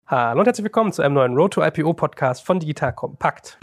Hallo und herzlich willkommen zu einem neuen Road to IPO Podcast von Digital Compact.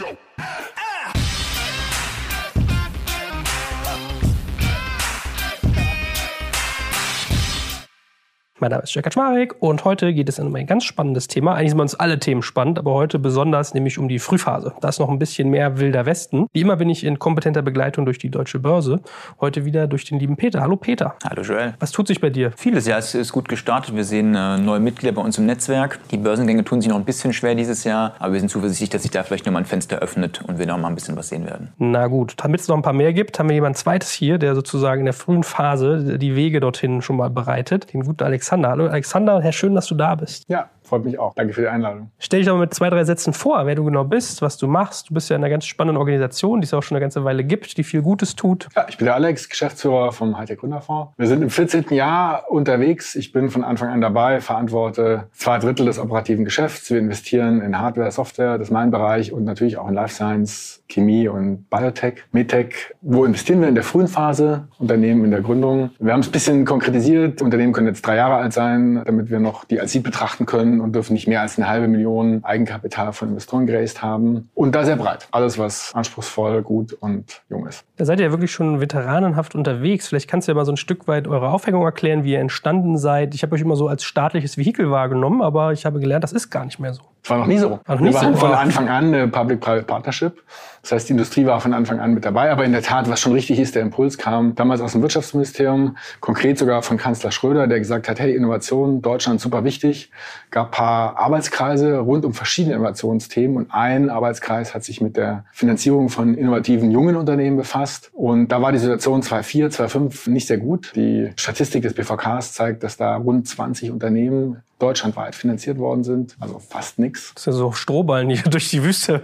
Mein Name ist Jörg Kaczmarek und heute geht es um ein ganz spannendes Thema. Eigentlich sind bei uns alle Themen spannend, aber heute besonders nämlich um die Frühphase. Da ist noch ein bisschen mehr wilder Westen. Wie immer bin ich in kompetenter Begleitung durch die Deutsche Börse. Heute wieder durch den lieben Peter. Hallo Peter. Hallo Joel. Was tut sich bei dir? Vieles, ja, es ist gut gestartet. Wir sehen neue Mitglieder bei uns im Netzwerk. Die Börsengänge tun sich noch ein bisschen schwer dieses Jahr, aber wir sind zuversichtlich, dass sich da vielleicht nochmal ein Fenster öffnet und wir noch mal ein bisschen was sehen werden. Na gut, damit es noch ein paar mehr gibt, haben wir jemand zweites hier, der sozusagen in der frühen Phase die Wege dorthin schon mal bereitet. Den guten Alexander. Hallo Alexander, Herr, schön, dass du da bist. Ja, freut mich auch. Danke für die Einladung. Stell dich doch mal mit 2, 3 Sätzen vor, wer du genau bist, was du machst. Du bist ja in einer ganz spannenden Organisation, die es auch schon eine ganze Weile gibt, die viel Gutes tut. Ja, ich bin der Alex, Geschäftsführer vom Hightech Gründerfonds. Wir sind im 14. Jahr unterwegs. Ich bin von Anfang an dabei, verantworte 2/3 des operativen Geschäfts. Wir investieren in Hardware, Software, das ist mein Bereich, und natürlich auch in Life Science, Chemie und Biotech, Medtech. Wo investieren wir? In der frühen Phase, Unternehmen in der Gründung. Wir haben es ein bisschen konkretisiert. Unternehmen können jetzt 3 Jahre alt sein, damit wir noch die als Seed betrachten können, und dürfen nicht mehr als 500.000 Eigenkapital von Investoren geraced haben. Und da sehr breit. Alles, was anspruchsvoll, gut und jung ist. Da seid ihr ja wirklich schon veteranenhaft unterwegs. Vielleicht kannst du ja mal so ein Stück weit eure Aufhängung erklären, wie ihr entstanden seid. Ich habe euch immer so als staatliches Vehikel wahrgenommen, aber ich habe gelernt, das ist gar nicht mehr so. Das war noch nie so. Wir waren von Anfang an eine Public-Private Partnership. Das heißt, die Industrie war von Anfang an mit dabei. Aber in der Tat, was schon richtig ist, der Impuls kam damals aus dem Wirtschaftsministerium, konkret sogar von Kanzler Schröder, der gesagt hat, hey, Innovation, Deutschland super wichtig. Gab ein paar Arbeitskreise rund um verschiedene Innovationsthemen. Und ein Arbeitskreis hat sich mit der Finanzierung von innovativen jungen Unternehmen befasst. Und da war die Situation 2004, 2005 nicht sehr gut. Die Statistik des BVKs zeigt, dass da rund 20 Unternehmen deutschlandweit finanziert worden sind, also fast nichts. Das ist ja so Strohballen, die durch die Wüste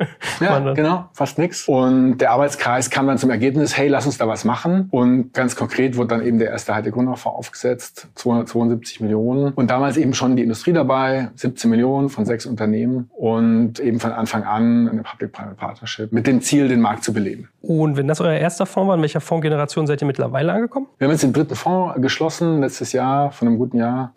ja, genau, fast nichts. Und der Arbeitskreis kam dann zum Ergebnis, hey, lass uns da was machen. Und ganz konkret wurde dann eben der erste Hightech Gründerfonds aufgesetzt, 272 Millionen. Und damals eben schon die Industrie dabei, 17 Millionen von 6 Unternehmen und eben von Anfang an eine Public-Private Partnership mit dem Ziel, den Markt zu beleben. Und wenn das euer erster Fonds war, in welcher Fondsgeneration seid ihr mittlerweile angekommen? Wir haben jetzt den 3. Fonds geschlossen, letztes Jahr, von einem guten Jahr,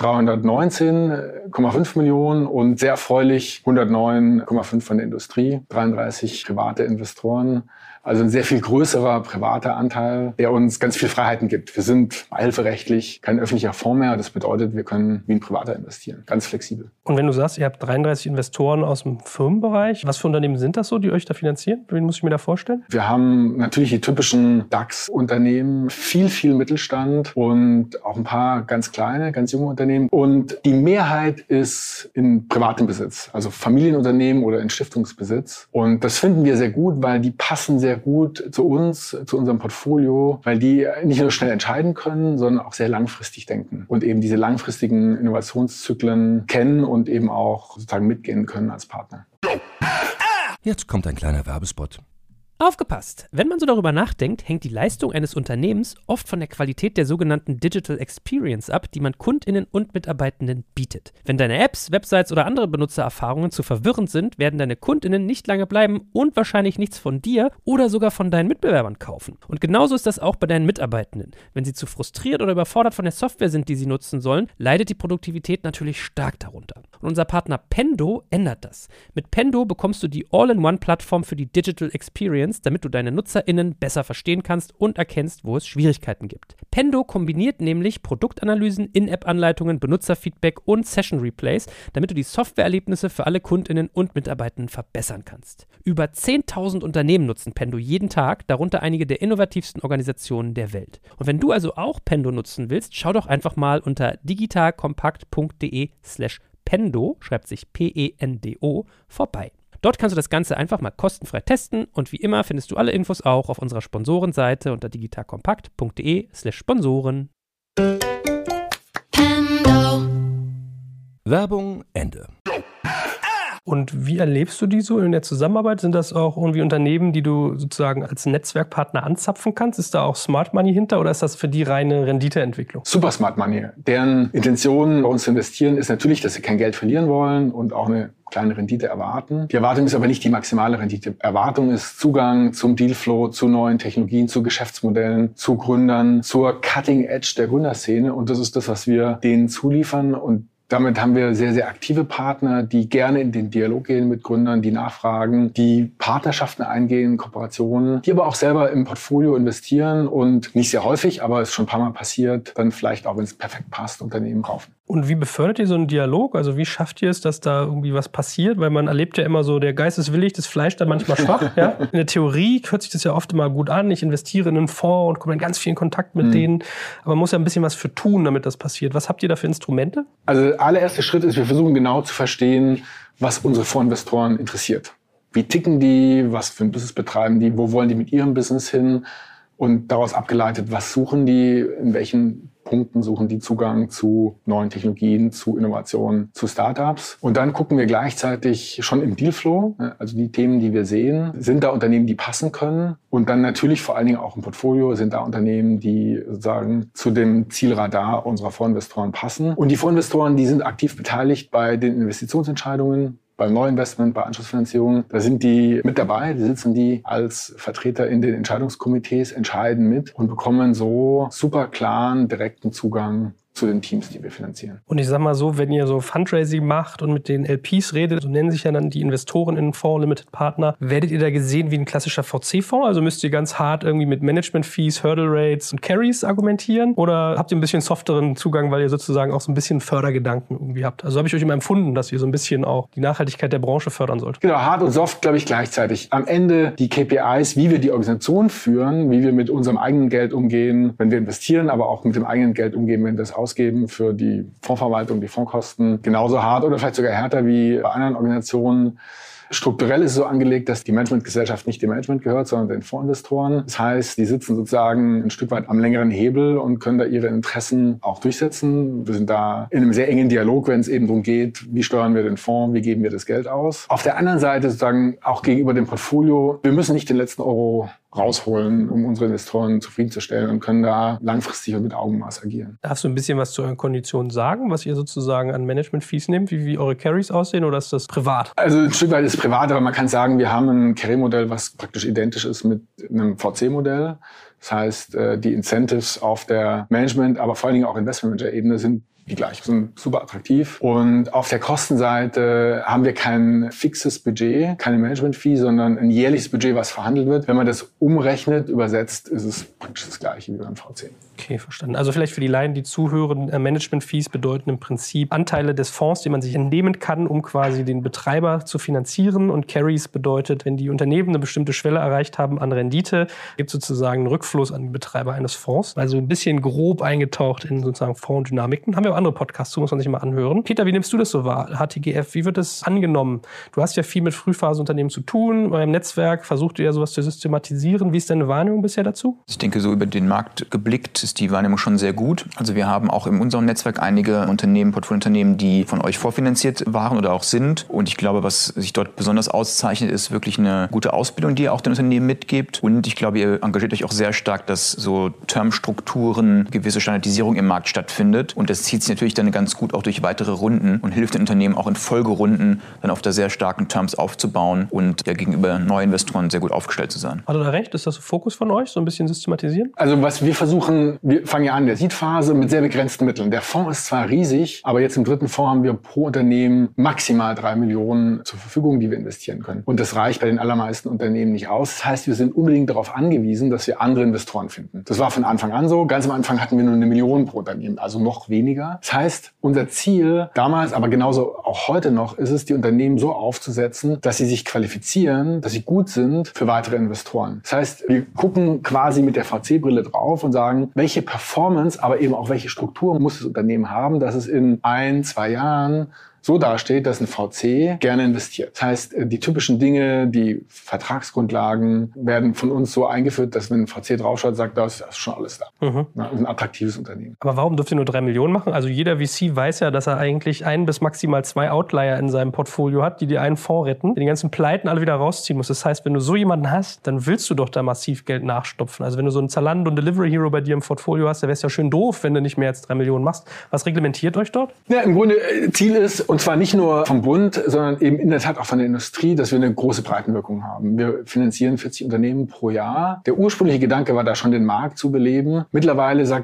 319,5 Millionen und sehr erfreulich 109,5 von der Industrie, 33 private Investoren. Also ein sehr viel größerer privater Anteil, der uns ganz viel Freiheiten gibt. Wir sind beihilferechtlich kein öffentlicher Fonds mehr. Das bedeutet, wir können wie ein Privater investieren. Ganz flexibel. Und wenn du sagst, ihr habt 33 Investoren aus dem Firmenbereich, was für Unternehmen sind das so, die euch da finanzieren? Wen muss ich mir da vorstellen? Wir haben natürlich die typischen DAX-Unternehmen, viel Mittelstand und auch ein paar ganz kleine, ganz junge Unternehmen. Und die Mehrheit ist in privatem Besitz, also Familienunternehmen oder in Stiftungsbesitz. Und das finden wir sehr gut, weil die passen sehr gut zu uns, zu unserem Portfolio, weil die nicht nur schnell entscheiden können, sondern auch sehr langfristig denken und eben diese langfristigen Innovationszyklen kennen und eben auch sozusagen mitgehen können als Partner. Jetzt kommt ein kleiner Werbespot. Aufgepasst! Wenn man so darüber nachdenkt, hängt die Leistung eines Unternehmens oft von der Qualität der sogenannten Digital Experience ab, die man KundInnen und Mitarbeitenden bietet. Wenn deine Apps, Websites oder andere Benutzererfahrungen zu verwirrend sind, werden deine KundInnen nicht lange bleiben und wahrscheinlich nichts von dir oder sogar von deinen Mitbewerbern kaufen. Und genauso ist das auch bei deinen Mitarbeitenden. Wenn sie zu frustriert oder überfordert von der Software sind, die sie nutzen sollen, leidet die Produktivität natürlich stark darunter. Und unser Partner Pendo ändert das. Mit Pendo bekommst du die All-in-One-Plattform für die Digital Experience, damit du deine NutzerInnen besser verstehen kannst und erkennst, wo es Schwierigkeiten gibt. Pendo kombiniert nämlich Produktanalysen, In-App-Anleitungen, Benutzerfeedback und Session-Replays, damit du die Softwareerlebnisse für alle KundInnen und Mitarbeitenden verbessern kannst. Über 10.000 Unternehmen nutzen Pendo jeden Tag, darunter einige der innovativsten Organisationen der Welt. Und wenn du also auch Pendo nutzen willst, schau doch einfach mal unter digitalkompakt.de/Pendo, schreibt sich P-E-N-D-O, vorbei. Dort kannst du das Ganze einfach mal kostenfrei testen und wie immer findest du alle Infos auch auf unserer Sponsorenseite unter digitalkompakt.de/Sponsoren. Werbung Ende. Und wie erlebst du die so in der Zusammenarbeit? Sind das auch irgendwie Unternehmen, die du sozusagen als Netzwerkpartner anzapfen kannst? Ist da auch Smart Money hinter oder ist das für die reine Renditeentwicklung? Super Smart Money. Deren Intention bei uns zu investieren ist natürlich, dass sie kein Geld verlieren wollen und auch eine kleine Rendite erwarten. Die Erwartung ist aber nicht die maximale Rendite. Erwartung ist Zugang zum Dealflow, zu neuen Technologien, zu Geschäftsmodellen, zu Gründern, zur Cutting Edge der Gründerszene. Und das ist das, was wir denen zuliefern. Und Damit haben wir sehr, sehr aktive Partner, die gerne in den Dialog gehen mit Gründern, die nachfragen, die Partnerschaften eingehen, Kooperationen, die aber auch selber im Portfolio investieren und nicht sehr häufig, aber es ist schon ein paar Mal passiert, dann vielleicht auch, wenn es perfekt passt, Unternehmen kaufen. Und wie befördert ihr so einen Dialog? Also wie schafft ihr es, dass da irgendwie was passiert? Weil man erlebt ja immer so, der Geist ist willig, das Fleisch dann manchmal schwach. Ja? In der Theorie hört sich das ja oft immer gut an. Ich investiere in einen Fonds und komme in ganz viel Kontakt mit denen. Aber man muss ja ein bisschen was für tun, damit das passiert. Was habt ihr da für Instrumente? Also der allererste Schritt ist, wir versuchen genau zu verstehen, was unsere Fondsinvestoren interessiert. Wie ticken die? Was für ein Business betreiben die? Wo wollen die mit ihrem Business hin? Und daraus abgeleitet, was suchen die? In welchen Punkten suchen die Zugang zu neuen Technologien, zu Innovationen, zu Startups. Und dann gucken wir gleichzeitig schon im Dealflow, also die Themen, die wir sehen, sind da Unternehmen, die passen können. Und dann natürlich vor allen Dingen auch im Portfolio sind da Unternehmen, die sozusagen zu dem Zielradar unserer Fondsinvestoren passen. Und die Fondsinvestoren, die sind aktiv beteiligt bei den Investitionsentscheidungen, beim Neuinvestment, bei Anschlussfinanzierung, da sind die mit dabei, da sitzen die als Vertreter in den Entscheidungskomitees, entscheiden mit und bekommen so super klaren, direkten Zugang zu den Teams, die wir finanzieren. Und ich sag mal so, wenn ihr so Fundraising macht und mit den LPs redet, so nennen sich ja dann die Investoren in Fonds Limited Partner, werdet ihr da gesehen wie ein klassischer VC-Fonds? Also müsst ihr ganz hart irgendwie mit Management-Fees, Hurdle Rates und Carries argumentieren? Oder habt ihr ein bisschen softeren Zugang, weil ihr sozusagen auch so ein bisschen Fördergedanken irgendwie habt? Also habe ich euch immer empfunden, dass ihr so ein bisschen auch die Nachhaltigkeit der Branche fördern sollt. Genau, hart und soft, glaube ich, gleichzeitig. Am Ende die KPIs, wie wir die Organisation führen, wie wir mit unserem eigenen Geld umgehen, wenn wir investieren, aber auch mit dem eigenen Geld umgehen, wenn wir das ausgeben für die Fondsverwaltung, die Fondskosten, genauso hart oder vielleicht sogar härter wie bei anderen Organisationen. Strukturell ist es so angelegt, dass die Managementgesellschaft nicht dem Management gehört, sondern den Fondsinvestoren. Das heißt, die sitzen sozusagen ein Stück weit am längeren Hebel und können da ihre Interessen auch durchsetzen. Wir sind da in einem sehr engen Dialog, wenn es eben darum geht, wie steuern wir den Fonds, wie geben wir das Geld aus. Auf der anderen Seite sozusagen auch gegenüber dem Portfolio, wir müssen nicht den letzten Euro rausholen, um unsere Investoren zufriedenzustellen und können da langfristig und mit Augenmaß agieren. Darfst du ein bisschen was zu euren Konditionen sagen, was ihr sozusagen an Management-Fees nehmt, wie eure Carries aussehen, oder ist das privat? Also ein Stück weit ist es privat, aber man kann sagen, wir haben ein Carry-Modell, was praktisch identisch ist mit einem VC-Modell. Das heißt, die Incentives auf der Management, aber vor allen Dingen auch Investment-Manager-Ebene sind die gleich, sind super attraktiv. Und auf der Kostenseite haben wir kein fixes Budget, keine Management-Fee, sondern ein jährliches Budget, was verhandelt wird. Wenn man das umrechnet, übersetzt, ist es praktisch das Gleiche wie beim VC. Okay, verstanden. Also vielleicht für die Laien, die zuhören, Management-Fees bedeuten im Prinzip Anteile des Fonds, die man sich entnehmen kann, um quasi den Betreiber zu finanzieren. Und Carries bedeutet, wenn die Unternehmen eine bestimmte Schwelle erreicht haben an Rendite, gibt es sozusagen einen Rückfluss an den Betreiber eines Fonds. Also ein bisschen grob eingetaucht in sozusagen Fondsdynamiken. Haben wir auch andere Podcasts zu, muss man sich mal anhören. Peter, wie nimmst du das so wahr? HTGF, wie wird das angenommen? Du hast ja viel mit Frühphaseunternehmen zu tun. Eurem Netzwerk versucht ihr ja sowas zu systematisieren. Wie ist deine Wahrnehmung bisher dazu? Ich denke, so über den Markt geblickt ist die Wahrnehmung schon sehr gut. Also wir haben auch in unserem Netzwerk einige Unternehmen, Portfoliounternehmen, die von euch vorfinanziert waren oder auch sind. Und ich glaube, was sich dort besonders auszeichnet, ist wirklich eine gute Ausbildung, die ihr auch den Unternehmen mitgebt. Und ich glaube, ihr engagiert euch auch sehr stark, dass so Termstrukturen, gewisse Standardisierung im Markt stattfindet. Und das zieht sich natürlich dann ganz gut auch durch weitere Runden und hilft den Unternehmen auch in Folgerunden dann auf der sehr starken Terms aufzubauen und ja gegenüber neuen Investoren sehr gut aufgestellt zu sein. Hat er da recht? Ist das so Fokus von euch, so ein bisschen systematisieren? Also was wir versuchen, wir fangen ja an der Seed-Phase mit sehr begrenzten Mitteln. Der Fonds ist zwar riesig, aber jetzt im dritten Fonds haben wir pro Unternehmen maximal 3 Millionen zur Verfügung, die wir investieren können. Und das reicht bei den allermeisten Unternehmen nicht aus. Das heißt, wir sind unbedingt darauf angewiesen, dass wir andere Investoren finden. Das war von Anfang an so. Ganz am Anfang hatten wir nur 1 Million pro Unternehmen, also noch weniger. Das heißt, unser Ziel damals, aber genauso auch heute noch, ist es, die Unternehmen so aufzusetzen, dass sie sich qualifizieren, dass sie gut sind für weitere Investoren. Das heißt, wir gucken quasi mit der VC-Brille drauf und sagen, welche Performance, aber eben auch welche Struktur muss das Unternehmen haben, dass es in 1, 2 Jahren so dasteht, dass ein VC gerne investiert. Das heißt, die typischen Dinge, die Vertragsgrundlagen werden von uns so eingeführt, dass wenn ein VC draufschaut, sagt, da ist schon alles da. Mhm. Na, ein attraktives Unternehmen. Aber warum dürft ihr nur 3 Millionen machen? Also jeder VC weiß ja, dass er eigentlich 1 bis maximal 2 Outlier in seinem Portfolio hat, die dir einen Fonds retten, die ganzen Pleiten alle wieder rausziehen muss. Das heißt, wenn du so jemanden hast, dann willst du doch da massiv Geld nachstopfen. Also wenn du so einen Zalando und Delivery Hero bei dir im Portfolio hast, dann wäre es ja schön doof, wenn du nicht mehr als 3 Millionen machst. Was reglementiert euch dort? Ja, im Grunde Ziel ist, und zwar nicht nur vom Bund, sondern eben in der Tat auch von der Industrie, dass wir eine große Breitenwirkung haben. Wir finanzieren 40 Unternehmen pro Jahr. Der ursprüngliche Gedanke war da schon, den Markt zu beleben. Mittlerweile sagt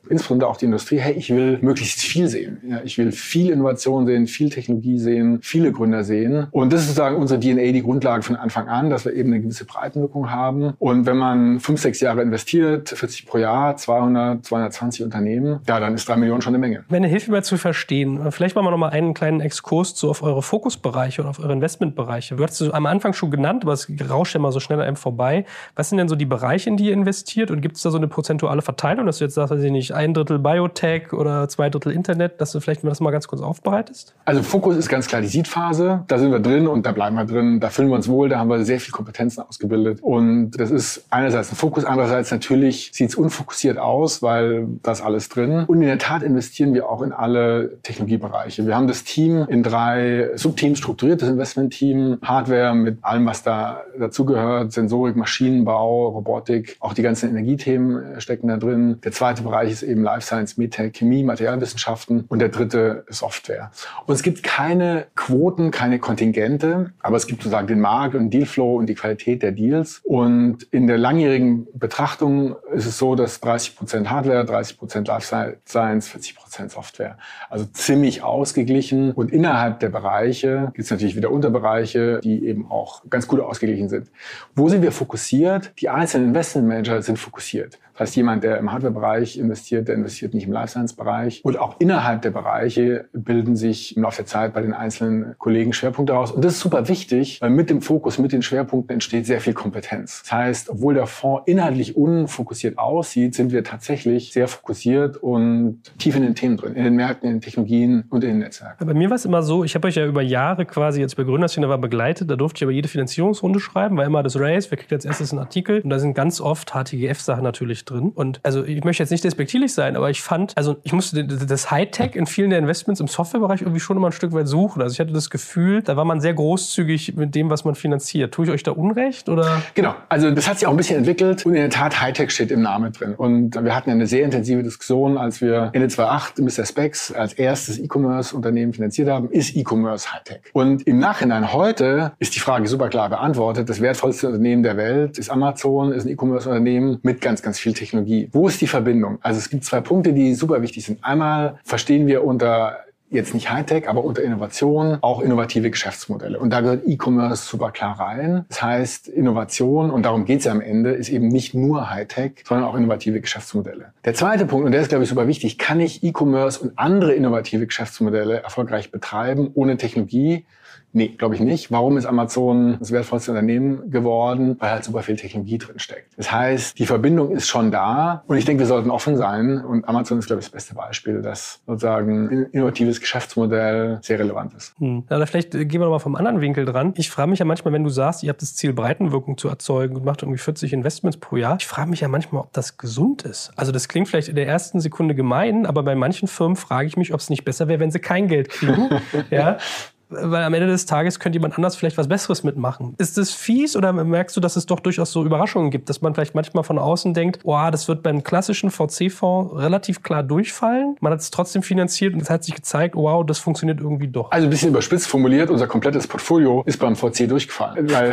insbesondere auch die Industrie, hey, ich will möglichst viel sehen. Ja, ich will viel Innovation sehen, viel Technologie sehen, viele Gründer sehen. Und das ist sozusagen unsere DNA, die Grundlage von Anfang an, dass wir eben eine gewisse Breitenwirkung haben. Und wenn man 5-6 Jahre investiert, 40 pro Jahr, 200, 220 Unternehmen, ja, dann ist 3 Millionen schon eine Menge. Wenn hilft mir mal zu verstehen, vielleicht machen wir noch mal einen kleinen Exkurs auf eure Fokusbereiche oder auf eure Investmentbereiche. Du hast es am Anfang schon genannt, aber es rauscht ja mal so schnell an einem vorbei. Was sind denn so die Bereiche, in die ihr investiert? Und gibt es da so eine prozentuale Verteilung, dass du jetzt sagst, weiß ich nicht, 1/3 Biotech oder 2/3 Internet, dass du vielleicht das mal ganz kurz aufbereitest? Also Fokus ist ganz klar die Seed-Phase. Da sind wir drin und da bleiben wir drin. Da fühlen wir uns wohl, da haben wir sehr viel Kompetenzen ausgebildet. Und das ist einerseits ein Fokus, andererseits natürlich sieht es unfokussiert aus, weil das alles drin. Und in der Tat investieren wir auch in alle Technologiebereiche. Wir haben das Team in 3 Subteams strukturiert, das Investment-Team, Hardware mit allem, was da dazugehört, Sensorik, Maschinenbau, Robotik, auch die ganzen Energiethemen stecken da drin. Der zweite Bereich ist eben Life Science, Medtech, Chemie, Materialwissenschaften und der dritte Software. Und es gibt keine Quoten, keine Kontingente, aber es gibt sozusagen den Markt und den Dealflow und die Qualität der Deals. Und in der langjährigen Betrachtung ist es so, dass 30% Hardware, 30% Life Science, 40% Software. Also ziemlich ausgeglichen. Und innerhalb der Bereiche gibt es natürlich wieder Unterbereiche, die eben auch ganz gut ausgeglichen sind. Wo sind wir fokussiert? Die einzelnen Investmentmanager sind fokussiert. Das heißt, jemand, der im Hardware-Bereich investiert, der investiert nicht im Life-Science-Bereich. Und auch innerhalb der Bereiche bilden sich im Laufe der Zeit bei den einzelnen Kollegen Schwerpunkte aus. Und das ist super wichtig, weil mit dem Fokus, mit den Schwerpunkten entsteht sehr viel Kompetenz. Das heißt, obwohl der Fonds inhaltlich unfokussiert aussieht, sind wir tatsächlich sehr fokussiert und tief in den Themen drin, in den Märkten, in den Technologien und in den Netzwerken. Bei mir war es immer so, ich habe euch ja über Jahre quasi jetzt bei Gründerszene war begleitet, da durfte ich aber jede Finanzierungsrunde schreiben, war immer das Race, wer kriegt als erstes einen Artikel und da sind ganz oft HTGF-Sachen natürlich drin. Und also ich möchte jetzt nicht despektierlich sein, aber ich fand, also ich musste das Hightech in vielen der Investments im Softwarebereich irgendwie schon immer ein Stück weit suchen. Also ich hatte das Gefühl, da war man sehr großzügig mit dem, was man finanziert. Tue ich euch da Unrecht, oder? Genau, also das hat sich auch ein bisschen entwickelt und in der Tat Hightech steht im Namen drin. Und wir hatten ja eine sehr intensive Diskussion, als wir Ende 2008 Mr. Spex als erstes E-Commerce-Unternehmen finanziert haben, ist E-Commerce Hightech? Und im Nachhinein heute ist die Frage super klar beantwortet. Das wertvollste Unternehmen der Welt ist Amazon, ist ein E-Commerce-Unternehmen mit ganz, ganz viel Technologie. Wo ist die Verbindung? Also es gibt 2 Punkte, die super wichtig sind. Einmal verstehen wir unter jetzt nicht Hightech, aber unter Innovation auch innovative Geschäftsmodelle. Und da gehört E-Commerce super klar rein. Das heißt, Innovation, und darum geht es ja am Ende, ist eben nicht nur Hightech, sondern auch innovative Geschäftsmodelle. Der zweite Punkt, und der ist, glaube ich, super wichtig, kann ich E-Commerce und andere innovative Geschäftsmodelle erfolgreich betreiben ohne Technologie? Nee, glaube ich nicht. Warum ist Amazon das wertvollste Unternehmen geworden? Weil halt super viel Technologie drin steckt. Das heißt, die Verbindung ist schon da und ich denke, wir sollten offen sein und Amazon ist, glaube ich, das beste Beispiel, dass sozusagen ein innovatives Geschäftsmodell sehr relevant ist. Oder vielleicht gehen wir noch mal vom anderen Winkel dran. Ich frage mich ja manchmal, wenn du sagst, ihr habt das Ziel, Breitenwirkung zu erzeugen und macht irgendwie 40 Investments pro Jahr. Ich frage mich ja manchmal, ob das gesund ist. Also das klingt vielleicht in der ersten Sekunde gemein, aber bei manchen Firmen frage ich mich, ob es nicht besser wäre, wenn sie kein Geld kriegen. Ja. Weil am Ende des Tages könnte jemand anders vielleicht was Besseres mitmachen. Ist das fies oder merkst du, dass es doch durchaus so Überraschungen gibt, dass man vielleicht manchmal von außen denkt, oh, das wird beim klassischen VC-Fonds relativ klar durchfallen. Man hat es trotzdem finanziert und es hat sich gezeigt, wow, das funktioniert irgendwie doch. Also ein bisschen überspitzt formuliert, unser komplettes Portfolio ist beim VC durchgefallen. Weil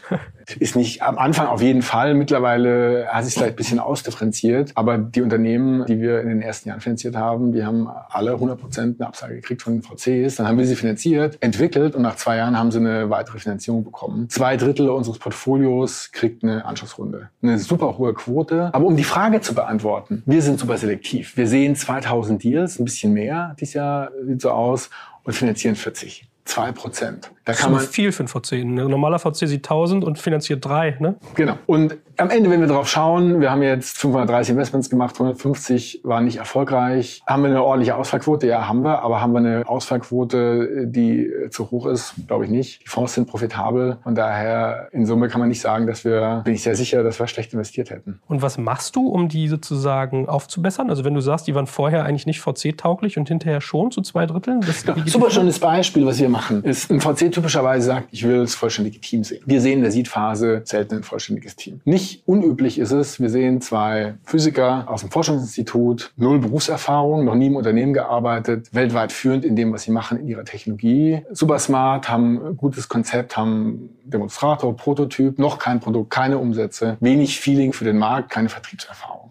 ist nicht am Anfang auf jeden Fall. Mittlerweile hat sich vielleicht ein bisschen ausdifferenziert. Aber die Unternehmen, die wir in den ersten Jahren finanziert haben, die haben alle 100% eine Absage gekriegt von den VCs. Dann haben wir sie finanziert, entwickelt und nach 2 Jahren haben sie eine weitere Finanzierung bekommen. 2/3 unseres Portfolios kriegt eine Anschlussrunde. Eine super hohe Quote. Aber um die Frage zu beantworten, wir sind super selektiv. Wir sehen 2000 Deals, ein bisschen mehr dieses Jahr sieht so aus, und finanzieren 40. 2%. Da kann man viel für ein VC. Ein normaler VC sieht 1000 und finanziert 3, ne? Genau. Und am Ende, wenn wir drauf schauen, wir haben jetzt 530 Investments gemacht, 150 waren nicht erfolgreich. Haben wir eine ordentliche Ausfallquote? Ja, haben wir. Aber haben wir eine Ausfallquote, die zu hoch ist? Glaube ich nicht. Die Fonds sind profitabel. Und daher, in Summe kann man nicht sagen, bin ich sehr sicher, dass wir schlecht investiert hätten. Und was machst du, um die sozusagen aufzubessern? Also wenn du sagst, die waren vorher eigentlich nicht VC-tauglich und hinterher schon zu 2/3? Super schönes Beispiel, was wir machen, ist, ein VC typischerweise sagt, ich will das vollständige Team sehen. Wir sehen in der Seed-Phase selten ein vollständiges Team. Nicht unüblich ist es, wir sehen 2 Physiker aus dem Forschungsinstitut, 0 Berufserfahrung, noch nie im Unternehmen gearbeitet, weltweit führend in dem, was sie machen, in ihrer Technologie. Super smart, haben ein gutes Konzept, haben Demonstrator, Prototyp, noch kein Produkt, keine Umsätze, wenig Feeling für den Markt, keine Vertriebserfahrung.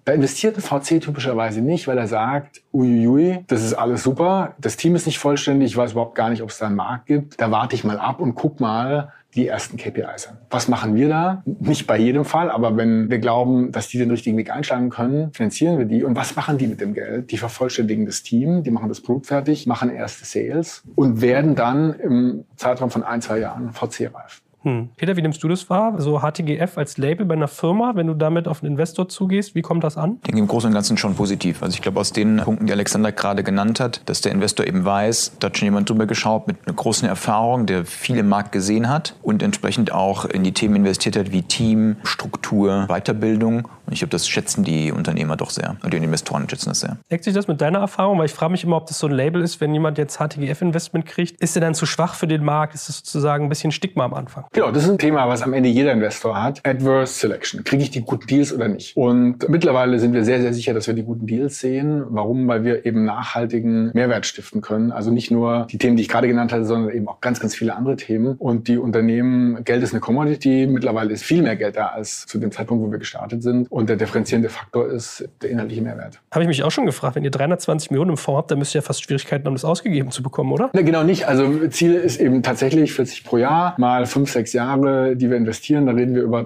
Da investiert ein VC typischerweise nicht, weil er sagt, uiuiui, das ist alles super, das Team ist nicht vollständig, ich weiß überhaupt gar nicht, ob es da einen Markt gibt. Da warte ich mal ab und guck mal die ersten KPIs an. Was machen wir da? Nicht bei jedem Fall, aber wenn wir glauben, dass die den richtigen Weg einschlagen können, finanzieren wir die. Und was machen die mit dem Geld? Die vervollständigen das Team, die machen das Produkt fertig, machen erste Sales und werden dann im Zeitraum von 1-2 Jahren VC-reif. Peter, wie nimmst du das wahr? So HTGF als Label bei einer Firma, wenn du damit auf einen Investor zugehst, wie kommt das an? Ich denke im Großen und Ganzen schon positiv. Also ich glaube aus den Punkten, die Alexander gerade genannt hat, dass der Investor eben weiß, da hat schon jemand drüber geschaut mit einer großen Erfahrung, der viel im Markt gesehen hat und entsprechend auch in die Themen investiert hat wie Team, Struktur, Weiterbildung. Und ich glaube, das schätzen die Unternehmer doch sehr. Und die Investoren schätzen das sehr. Deckt sich das mit deiner Erfahrung? Weil ich frage mich immer, ob das so ein Label ist, wenn jemand jetzt HTGF-Investment kriegt. Ist der dann zu schwach für den Markt? Ist das sozusagen ein bisschen Stigma am Anfang? Genau, das ist ein Thema, was am Ende jeder Investor hat. Adverse Selection. Kriege ich die guten Deals oder nicht? Und mittlerweile sind wir sehr, sehr sicher, dass wir die guten Deals sehen. Warum? Weil wir eben nachhaltigen Mehrwert stiften können. Also nicht nur die Themen, die ich gerade genannt hatte, sondern eben auch ganz, ganz viele andere Themen. Und die Unternehmen, Geld ist eine Commodity. Mittlerweile ist viel mehr Geld da als zu dem Zeitpunkt, wo wir gestartet sind. Und der differenzierende Faktor ist der inhaltliche Mehrwert. Habe ich mich auch schon gefragt, wenn ihr 320 Millionen im Fonds habt, dann müsst ihr ja fast Schwierigkeiten haben, das ausgegeben zu bekommen, oder? Ne, genau nicht. Also Ziel ist eben tatsächlich 40 pro Jahr, mal 5-6 Jahre, die wir investieren. Da reden wir über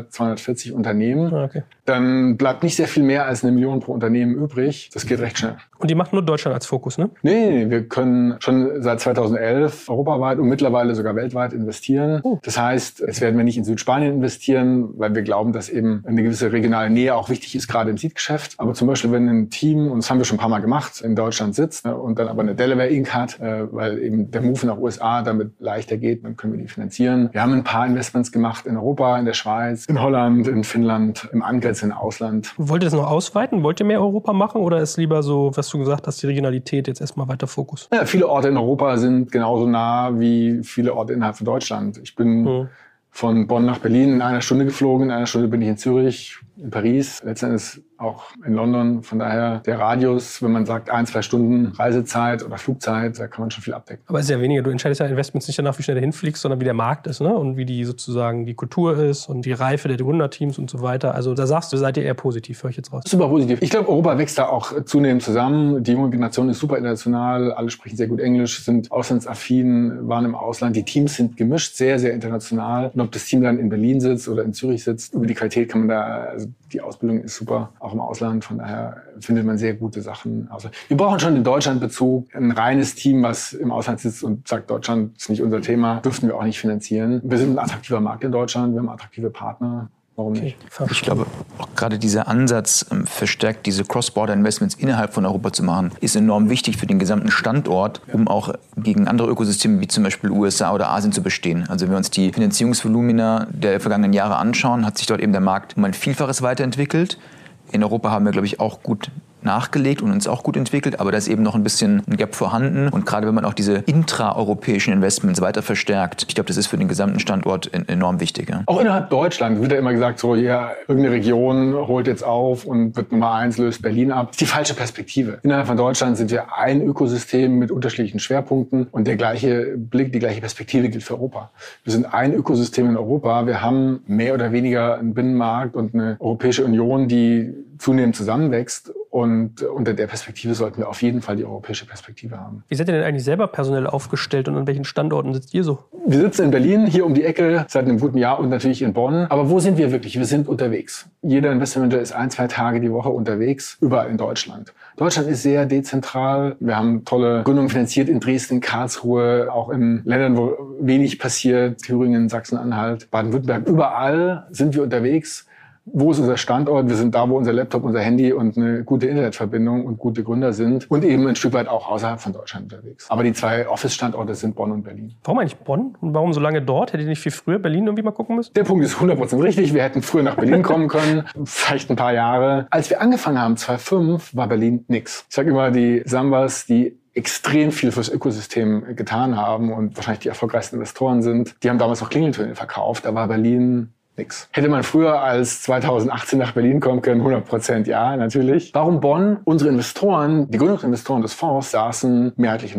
240 Unternehmen. Okay. Dann bleibt nicht sehr viel mehr als 1 Million pro Unternehmen übrig. Das geht recht schnell. Und die macht nur Deutschland als Fokus, ne? Nee, wir können schon seit 2011 europaweit und mittlerweile sogar weltweit investieren. Das heißt, jetzt werden wir nicht in Südspanien investieren, weil wir glauben, dass eben eine gewisse regionale Nähe auch wichtig ist, gerade im Seed-Geschäft. Aber zum Beispiel, wenn ein Team, und das haben wir schon ein paar Mal gemacht, in Deutschland sitzt und dann aber eine Delaware Inc. hat, weil eben der Move nach USA damit leichter geht, dann können wir die finanzieren. Wir haben ein paar Investments gemacht in Europa, in der Schweiz, in Holland, in Finnland, im angrenzenden Ausland. Wollt ihr das noch ausweiten? Wollt ihr mehr Europa machen oder ist lieber so, was du gesagt hast, die Regionalität jetzt erstmal weiter Fokus? Ja, viele Orte in Europa sind genauso nah wie viele Orte innerhalb von Deutschland. Ich bin von Bonn nach Berlin in 1 Stunde geflogen, in 1 Stunde bin ich in Zürich, in Paris, letztendlich auch in London. Von daher der Radius, wenn man sagt 1-2 Stunden Reisezeit oder Flugzeit, da kann man schon viel abdecken. Aber es ist ja weniger. Du entscheidest ja Investments nicht danach, wie schnell du hinfliegst, sondern wie der Markt ist, ne? Und wie die sozusagen die Kultur ist und die Reife der Gründerteams und so weiter. Also da sagst du, seid ihr eher positiv, höre ich jetzt raus. Super positiv. Ich glaube, Europa wächst da auch zunehmend zusammen. Die junge Generation ist super international. Alle sprechen sehr gut Englisch, sind auslandsaffin, waren im Ausland. Die Teams sind gemischt, sehr, sehr international. Und ob das Team dann in Berlin sitzt oder in Zürich sitzt, über die Qualität kann man da, also die Ausbildung ist super, auch im Ausland. Von daher findet man sehr gute Sachen. Also wir brauchen schon den Deutschlandbezug. Ein reines Team, was im Ausland sitzt und sagt, Deutschland ist nicht unser Thema, dürften wir auch nicht finanzieren. Wir sind ein attraktiver Markt in Deutschland, wir haben attraktive Partner. Warum nicht? Ich glaube, auch gerade dieser Ansatz, verstärkt diese Cross-Border-Investments innerhalb von Europa zu machen, ist enorm wichtig für den gesamten Standort, um auch gegen andere Ökosysteme wie zum Beispiel USA oder Asien zu bestehen. Also wenn wir uns die Finanzierungsvolumina der vergangenen Jahre anschauen, hat sich dort eben der Markt um ein Vielfaches weiterentwickelt. In Europa haben wir, glaube ich, auch gut nachgelegt und uns auch gut entwickelt, aber da ist eben noch ein bisschen ein Gap vorhanden. Und gerade wenn man auch diese intraeuropäischen Investments weiter verstärkt, ich glaube, das ist für den gesamten Standort enorm wichtig. Ja. Auch innerhalb Deutschlands wird ja immer gesagt, so ja, irgendeine Region holt jetzt auf und wird Nummer 1, löst Berlin ab. Das ist die falsche Perspektive. Innerhalb von Deutschland sind wir ein Ökosystem mit unterschiedlichen Schwerpunkten und der gleiche Blick, die gleiche Perspektive gilt für Europa. Wir sind ein Ökosystem in Europa. Wir haben mehr oder weniger einen Binnenmarkt und eine Europäische Union, die zunehmend zusammenwächst. Und unter der Perspektive sollten wir auf jeden Fall die europäische Perspektive haben. Wie seid ihr denn eigentlich selber personell aufgestellt und an welchen Standorten sitzt ihr so? Wir sitzen in Berlin, hier um die Ecke, seit einem guten Jahr und natürlich in Bonn. Aber wo sind wir wirklich? Wir sind unterwegs. Jeder Investmentmanager ist 1-2 Tage die Woche unterwegs, überall in Deutschland. Deutschland ist sehr dezentral. Wir haben tolle Gründungen finanziert in Dresden, Karlsruhe, auch in Ländern, wo wenig passiert, Thüringen, Sachsen-Anhalt, Baden-Württemberg. Überall sind wir unterwegs. Wo ist unser Standort? Wir sind da, wo unser Laptop, unser Handy und eine gute Internetverbindung und gute Gründer sind und eben ein Stück weit auch außerhalb von Deutschland unterwegs. Aber die 2 Office-Standorte sind Bonn und Berlin. Warum eigentlich Bonn? Und warum so lange dort? Hättet ihr nicht viel früher Berlin irgendwie mal gucken müssen? Der Punkt ist 100% richtig. Wir hätten früher nach Berlin kommen können, vielleicht ein paar Jahre. Als wir angefangen haben, 2005, war Berlin nix. Ich sage immer, die Sambas, die extrem viel fürs Ökosystem getan haben und wahrscheinlich die erfolgreichsten Investoren sind, die haben damals noch Klingeltöne verkauft. Da war Berlin nix. Hätte man früher als 2018 nach Berlin kommen können? 100% ja, natürlich. Warum Bonn? Unsere Investoren, die Gründungsinvestoren des Fonds, saßen mehrheitlich in Bonn.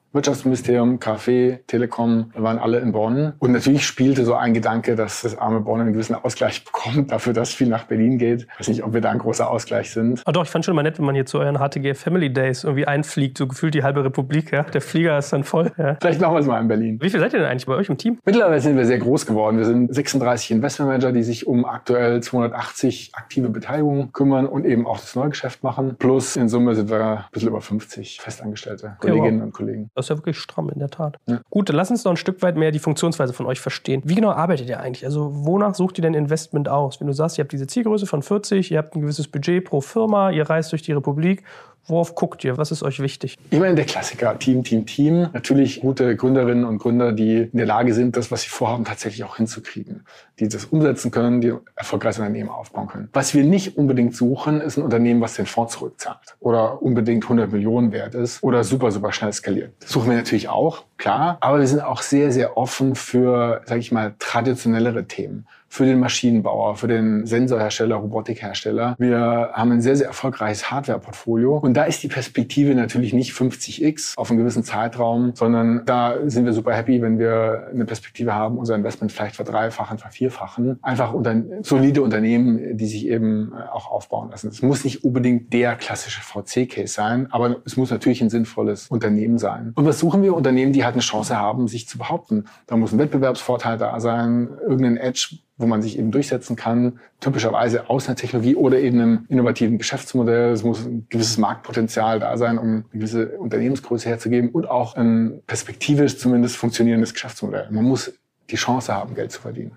Wirtschaftsministerium, KfW, Telekom, waren alle in Bonn. Und natürlich spielte so ein Gedanke, dass das arme Bonn einen gewissen Ausgleich bekommt, dafür, dass viel nach Berlin geht. Ich weiß nicht, ob wir da ein großer Ausgleich sind. Ah, doch, ich fand schon mal nett, wenn man hier zu euren HTG Family Days irgendwie einfliegt, so gefühlt die halbe Republik. Ja? Der Flieger ist dann voll. Ja. Vielleicht machen wir es mal in Berlin. Wie viel seid ihr denn eigentlich bei euch im Team? Mittlerweile sind wir sehr groß geworden. Wir sind 36 Investmentmanager, die sich um aktuell 280 aktive Beteiligungen kümmern und eben auch das Neugeschäft machen. Plus in Summe sind wir ein bisschen über 50 festangestellte Kolleginnen und Kollegen. Das ist ja wirklich stramm, in der Tat. Ja. Gut, dann lass uns noch ein Stück weit mehr die Funktionsweise von euch verstehen. Wie genau arbeitet ihr eigentlich? Also wonach sucht ihr denn Investment aus? Wenn du sagst, ihr habt diese Zielgröße von 40, ihr habt ein gewisses Budget pro Firma, ihr reist durch die Republik. Worauf guckt ihr? Was ist euch wichtig? Ich meine, der Klassiker, Team. Natürlich gute Gründerinnen und Gründer, die in der Lage sind, das, was sie vorhaben, tatsächlich auch hinzukriegen. Die das umsetzen können, die erfolgreiches Unternehmen aufbauen können. Was wir nicht unbedingt suchen, ist ein Unternehmen, was den Fonds zurückzahlt. Oder unbedingt 100 Millionen wert ist. Oder super, super schnell skaliert. Das suchen wir natürlich auch, klar. Aber wir sind auch sehr, sehr offen für, sage ich mal, traditionellere Themen. Für den Maschinenbauer, für den Sensorhersteller, Robotikhersteller. Wir haben ein sehr, sehr erfolgreiches Hardware-Portfolio. Und da ist die Perspektive natürlich nicht 50x auf einen gewissen Zeitraum, sondern da sind wir super happy, wenn wir eine Perspektive haben, unser Investment vielleicht verdreifachen, vervierfachen. Einfach solide Unternehmen, die sich eben auch aufbauen lassen. Es muss nicht unbedingt der klassische VC-Case sein, aber es muss natürlich ein sinnvolles Unternehmen sein. Und was suchen wir? Unternehmen, die halt eine Chance haben, sich zu behaupten. Da muss ein Wettbewerbsvorteil da sein, irgendein Edge, wo man sich eben durchsetzen kann, typischerweise aus einer Technologie oder eben einem innovativen Geschäftsmodell. Es muss ein gewisses Marktpotenzial da sein, um eine gewisse Unternehmensgröße herzugeben und auch ein perspektivisch zumindest funktionierendes Geschäftsmodell. Man muss die Chance haben, Geld zu verdienen.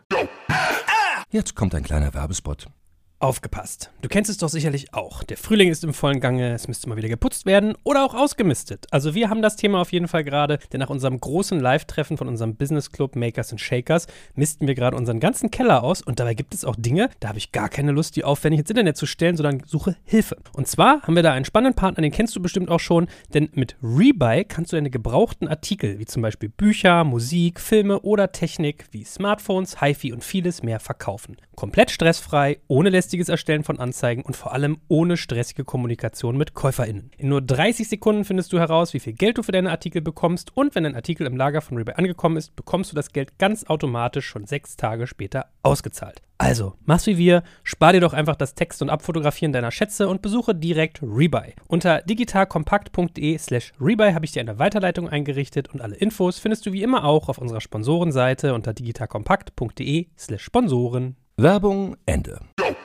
Jetzt kommt ein kleiner Werbespot. Aufgepasst. Du kennst es doch sicherlich auch. Der Frühling ist im vollen Gange, es müsste mal wieder geputzt werden oder auch ausgemistet. Also wir haben das Thema auf jeden Fall gerade, denn nach unserem großen Live-Treffen von unserem Business Club Makers and Shakers misten wir gerade unseren ganzen Keller aus und dabei gibt es auch Dinge, da habe ich gar keine Lust, die aufwendig ins Internet zu stellen, sondern suche Hilfe. Und zwar haben wir da einen spannenden Partner, den kennst du bestimmt auch schon, denn mit Rebuy kannst du deine gebrauchten Artikel, wie zum Beispiel Bücher, Musik, Filme oder Technik wie Smartphones, HiFi und vieles mehr verkaufen. Komplett stressfrei, ohne lästiges Erstellen von Anzeigen und vor allem ohne stressige Kommunikation mit KäuferInnen. In nur 30 Sekunden findest du heraus, wie viel Geld du für deine Artikel bekommst und wenn dein Artikel im Lager von Rebuy angekommen ist, bekommst du das Geld ganz automatisch schon 6 Tage später ausgezahlt. Also, mach's wie wir, spar dir doch einfach das Text- und Abfotografieren deiner Schätze und besuche direkt Rebuy. Unter digitalkompakt.de/Rebuy habe ich dir eine Weiterleitung eingerichtet und alle Infos findest du wie immer auch auf unserer Sponsorenseite unter digitalkompakt.de/Sponsoren. Werbung Ende.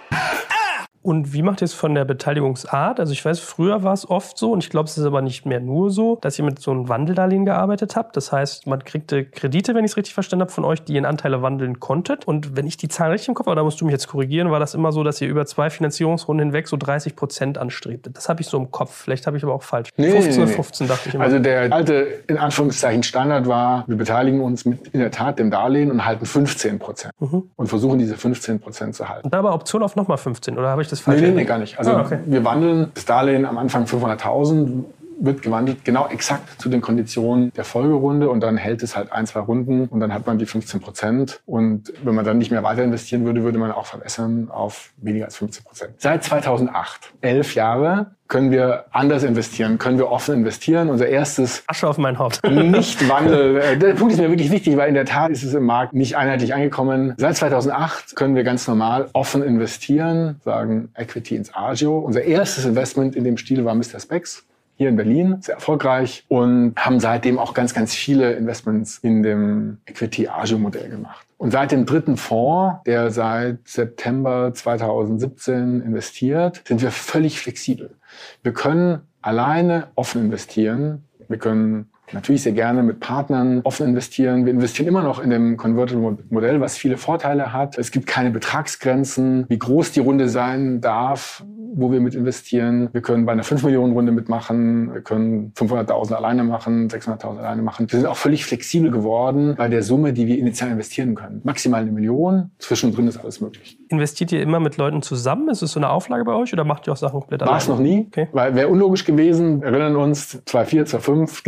Und wie macht ihr es von der Beteiligungsart? Also ich weiß, früher war es oft so, und ich glaube, es ist aber nicht mehr nur so, dass ihr mit so einem Wandeldarlehen gearbeitet habt. Das heißt, man kriegte Kredite, wenn ich es richtig verstanden habe, von euch, die ihr in Anteile wandeln konntet. Und wenn ich die Zahlen richtig im Kopf habe, da musst du mich jetzt korrigieren, war das immer so, dass ihr über 2 Finanzierungsrunden hinweg so 30% anstrebtet. Das habe ich so im Kopf. Vielleicht habe ich aber auch falsch. Nee, 15 oder 15 dachte ich immer. Also der alte, in Anführungszeichen, Standard war, wir beteiligen uns mit in der Tat dem Darlehen und halten 15%. Und versuchen diese 15% zu halten. Und da aber Option auf nochmal 15, oder habe ich das falsch? Nee, gar nicht. Also okay. Wir wandeln das Darlehen am Anfang 500.000, wird gewandelt genau exakt zu den Konditionen der Folgerunde und dann hält es halt 1-2 Runden und dann hat man die 15%. Und wenn man dann nicht mehr weiter investieren würde, würde man auch verbessern auf weniger als 15%. Seit 2008, 11 Jahre, können wir anders investieren, können wir offen investieren. Unser erstes Asche auf mein Haupt. Nicht-Wandel. Der Punkt ist mir wirklich wichtig, weil in der Tat ist es im Markt nicht einheitlich angekommen. Seit 2008 können wir ganz normal offen investieren, sagen Equity ins Agio. Unser erstes Investment in dem Stil war Mr. Spex. Hier in Berlin, sehr erfolgreich und haben seitdem auch ganz, ganz viele Investments in dem Equity-Agio-Modell gemacht. Und seit dem dritten Fonds, der seit September 2017 investiert, sind wir völlig flexibel. Wir können alleine offen investieren. Wir können natürlich sehr gerne mit Partnern offen investieren. Wir investieren immer noch in dem Convertible-Modell, was viele Vorteile hat. Es gibt keine Betragsgrenzen, wie groß die Runde sein darf, wo wir mit investieren. Wir können bei einer 5-Millionen-Runde mitmachen, wir können 500.000 alleine machen, 600.000 alleine machen. Wir sind auch völlig flexibel geworden bei der Summe, die wir initial investieren können. Maximal 1 Million, zwischendrin ist alles möglich. Investiert ihr immer mit Leuten zusammen? Ist es so eine Auflage bei euch oder macht ihr auch Sachen komplett alleine? War es noch nie, okay. Weil wäre unlogisch gewesen. Wir erinnern uns, 2004, 2005, gibt keine Siedlung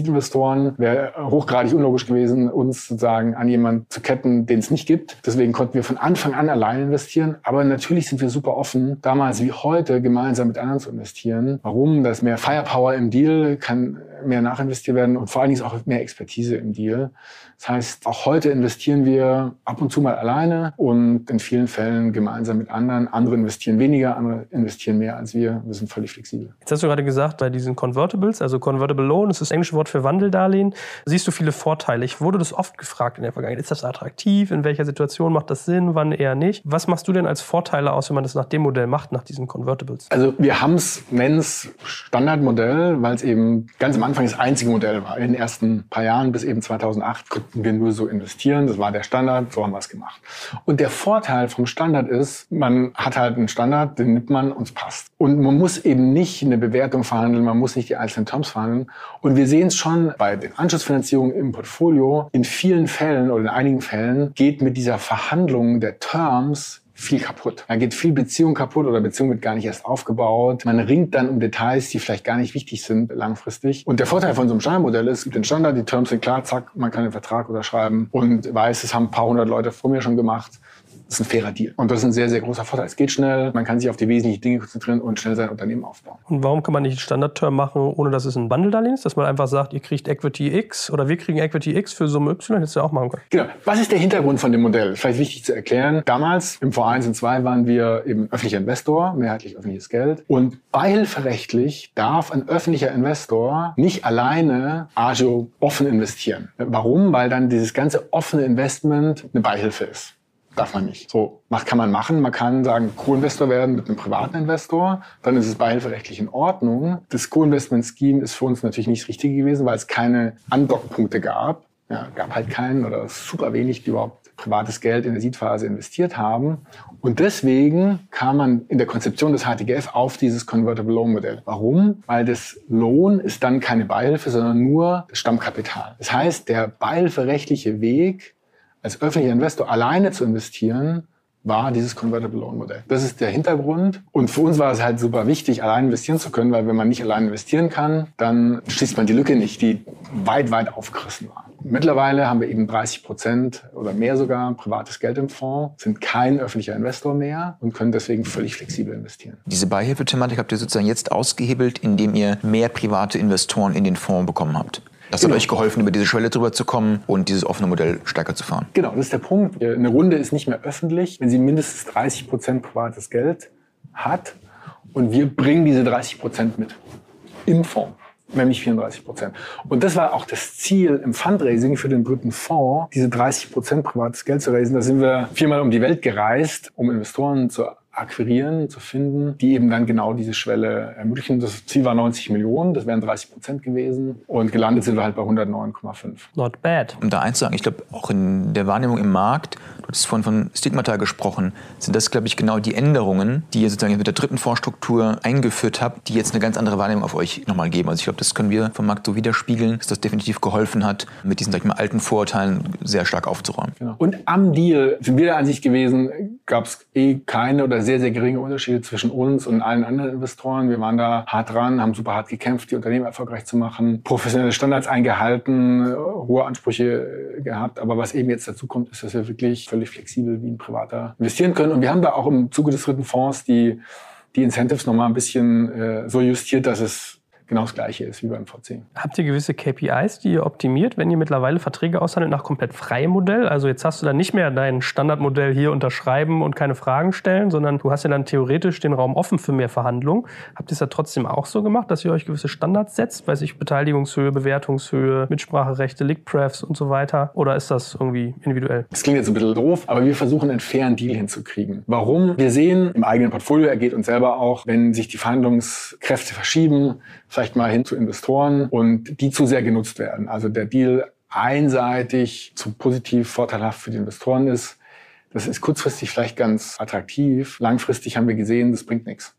Nicht-Investoren. Wäre hochgradig unlogisch gewesen, uns sozusagen an jemanden zu ketten, den es nicht gibt. Deswegen konnten wir von Anfang an allein investieren. Aber natürlich sind wir super offen, damals wie heute gemeinsam mit anderen zu investieren. Warum? Da ist mehr Firepower im Deal, kann mehr nachinvestiert werden und vor allen Dingen ist auch mehr Expertise im Deal. Das heißt, auch heute investieren wir ab und zu mal alleine und in vielen Fällen gemeinsam mit anderen. Andere investieren weniger, andere investieren mehr als wir. Wir sind völlig flexibel. Jetzt hast du gerade gesagt, bei diesen Convertibles, also Convertible Loan, das ist das englische Wort für Wandeldarlehen, siehst du viele Vorteile. Ich wurde das oft gefragt in der Vergangenheit. Ist das attraktiv? In welcher Situation macht das Sinn? Wann eher nicht? Was machst du denn als Vorteile aus, wenn man das nach dem Modell macht, nach diesen Convertibles? Also wir nennen es Standardmodell, weil es eben ganz am Anfang das einzige Modell war. In den ersten paar Jahren bis eben 2008 konnten wir nur so investieren. Das war der Standard, so haben wir es gemacht. Und der Vorteil vom Standard ist, man hat halt einen Standard, den nimmt man und es passt. Und man muss eben nicht eine Bewertung verhandeln, man muss nicht die einzelnen Terms verhandeln. Und wir sehen es schon bei den Anschlussfinanzierungen im Portfolio. In vielen Fällen oder in einigen Fällen geht mit dieser Verhandlung der Terms viel kaputt. Da geht viel Beziehung kaputt oder Beziehung wird gar nicht erst aufgebaut. Man ringt dann um Details, die vielleicht gar nicht wichtig sind langfristig. Und der Vorteil von so einem Standardmodell ist, es gibt den Standard, die Terms sind klar, zack, man kann den Vertrag unterschreiben und weiß, es haben ein paar hundert Leute vor mir schon gemacht. Das ist ein fairer Deal. Und das ist ein sehr, sehr großer Vorteil. Es geht schnell, man kann sich auf die wesentlichen Dinge konzentrieren und schnell sein Unternehmen aufbauen. Und warum kann man nicht einen Standard-Term machen, ohne dass es ein Bundle-Darlehen ist? Dass man einfach sagt, ihr kriegt Equity X oder wir kriegen Equity X für Summe Y, hättest du ja auch machen können. Genau. Was ist der Hintergrund von dem Modell? Vielleicht wichtig zu erklären. Damals, im V1 und 2, waren wir eben öffentlicher Investor, mehrheitlich öffentliches Geld. Und beihilferechtlich darf ein öffentlicher Investor nicht alleine Agio offen investieren. Warum? Weil dann dieses ganze offene Investment eine Beihilfe ist. Darf man nicht. So, kann man machen. Man kann sagen, Co-Investor werden mit einem privaten Investor. Dann ist es beihilferechtlich in Ordnung. Das Co-Investment-Scheme ist für uns natürlich nicht das Richtige gewesen, weil es keine Andockpunkte gab. Ja, gab halt keinen oder super wenig, die überhaupt privates Geld in der Seed-Phase investiert haben. Und deswegen kam man in der Konzeption des HTGF auf dieses Convertible Loan Modell. Warum? Weil das Loan ist dann keine Beihilfe, sondern nur das Stammkapital. Das heißt, der beihilferechtliche Weg, als öffentlicher Investor alleine zu investieren, war dieses Convertible Loan Modell. Das ist der Hintergrund. Und für uns war es halt super wichtig, allein investieren zu können, weil wenn man nicht allein investieren kann, dann schließt man die Lücke nicht, die weit, weit aufgerissen war. Mittlerweile haben wir eben 30% oder mehr sogar privates Geld im Fonds, sind kein öffentlicher Investor mehr und können deswegen völlig flexibel investieren. Diese Beihilfethematik habt ihr sozusagen jetzt ausgehebelt, indem ihr mehr private Investoren in den Fonds bekommen habt. Das hat euch geholfen, über diese Schwelle drüber zu kommen und dieses offene Modell stärker zu fahren. Genau, das ist der Punkt. Eine Runde ist nicht mehr öffentlich, wenn sie mindestens 30% privates Geld hat. Und wir bringen diese 30% mit im Fonds, nämlich 34%. Und das war auch das Ziel im Fundraising für den dritten Fonds, diese 30% privates Geld zu raisen. Da sind wir 4-mal um die Welt gereist, um Investoren zu akquirieren, zu finden, die eben dann genau diese Schwelle ermöglichen. Das Ziel war 90 Millionen, das wären 30% gewesen. Und gelandet sind wir halt bei 109,5. Not bad. Um da eins zu sagen, ich glaube, auch in der Wahrnehmung im Markt, du hattest vorhin von Stigmata gesprochen, sind das, glaube ich, genau die Änderungen, die ihr sozusagen mit der dritten Fondsstruktur eingeführt habt, die jetzt eine ganz andere Wahrnehmung auf euch nochmal geben. Also ich glaube, das können wir vom Markt so widerspiegeln, dass das definitiv geholfen hat, mit diesen, sag ich mal, alten Vorurteilen sehr stark aufzuräumen. Genau. Und am Deal sind wir der Ansicht gewesen, gab es keine oder sehr, sehr geringe Unterschiede zwischen uns und allen anderen Investoren. Wir waren da hart dran, haben super hart gekämpft, die Unternehmen erfolgreich zu machen, professionelle Standards eingehalten, hohe Ansprüche gehabt. Aber was eben jetzt dazu kommt, ist, dass wir wirklich völlig flexibel wie ein Privater investieren können. Und wir haben da auch im Zuge des dritten Fonds die Incentives nochmal ein bisschen so justiert, dass es genau das Gleiche ist wie beim VC. Habt ihr gewisse KPIs, die ihr optimiert, wenn ihr mittlerweile Verträge aushandelt nach komplett freiem Modell? Also jetzt hast du dann nicht mehr dein Standardmodell hier unterschreiben und keine Fragen stellen, sondern du hast ja dann theoretisch den Raum offen für mehr Verhandlungen. Habt ihr es da trotzdem auch so gemacht, dass ihr euch gewisse Standards setzt? Weiß ich, Beteiligungshöhe, Bewertungshöhe, Mitspracherechte, Liquid-Prefs und so weiter? Oder ist das irgendwie individuell? Das klingt jetzt ein bisschen doof, aber wir versuchen einen fairen Deal hinzukriegen. Warum? Wir sehen im eigenen Portfolio, ergeht uns selber auch, wenn sich die Verhandlungskräfte verschieben, vielleicht mal hin zu Investoren und die zu sehr genutzt werden. Also der Deal einseitig zu positiv vorteilhaft für die Investoren ist, das ist kurzfristig vielleicht ganz attraktiv. Langfristig haben wir gesehen, das bringt nichts.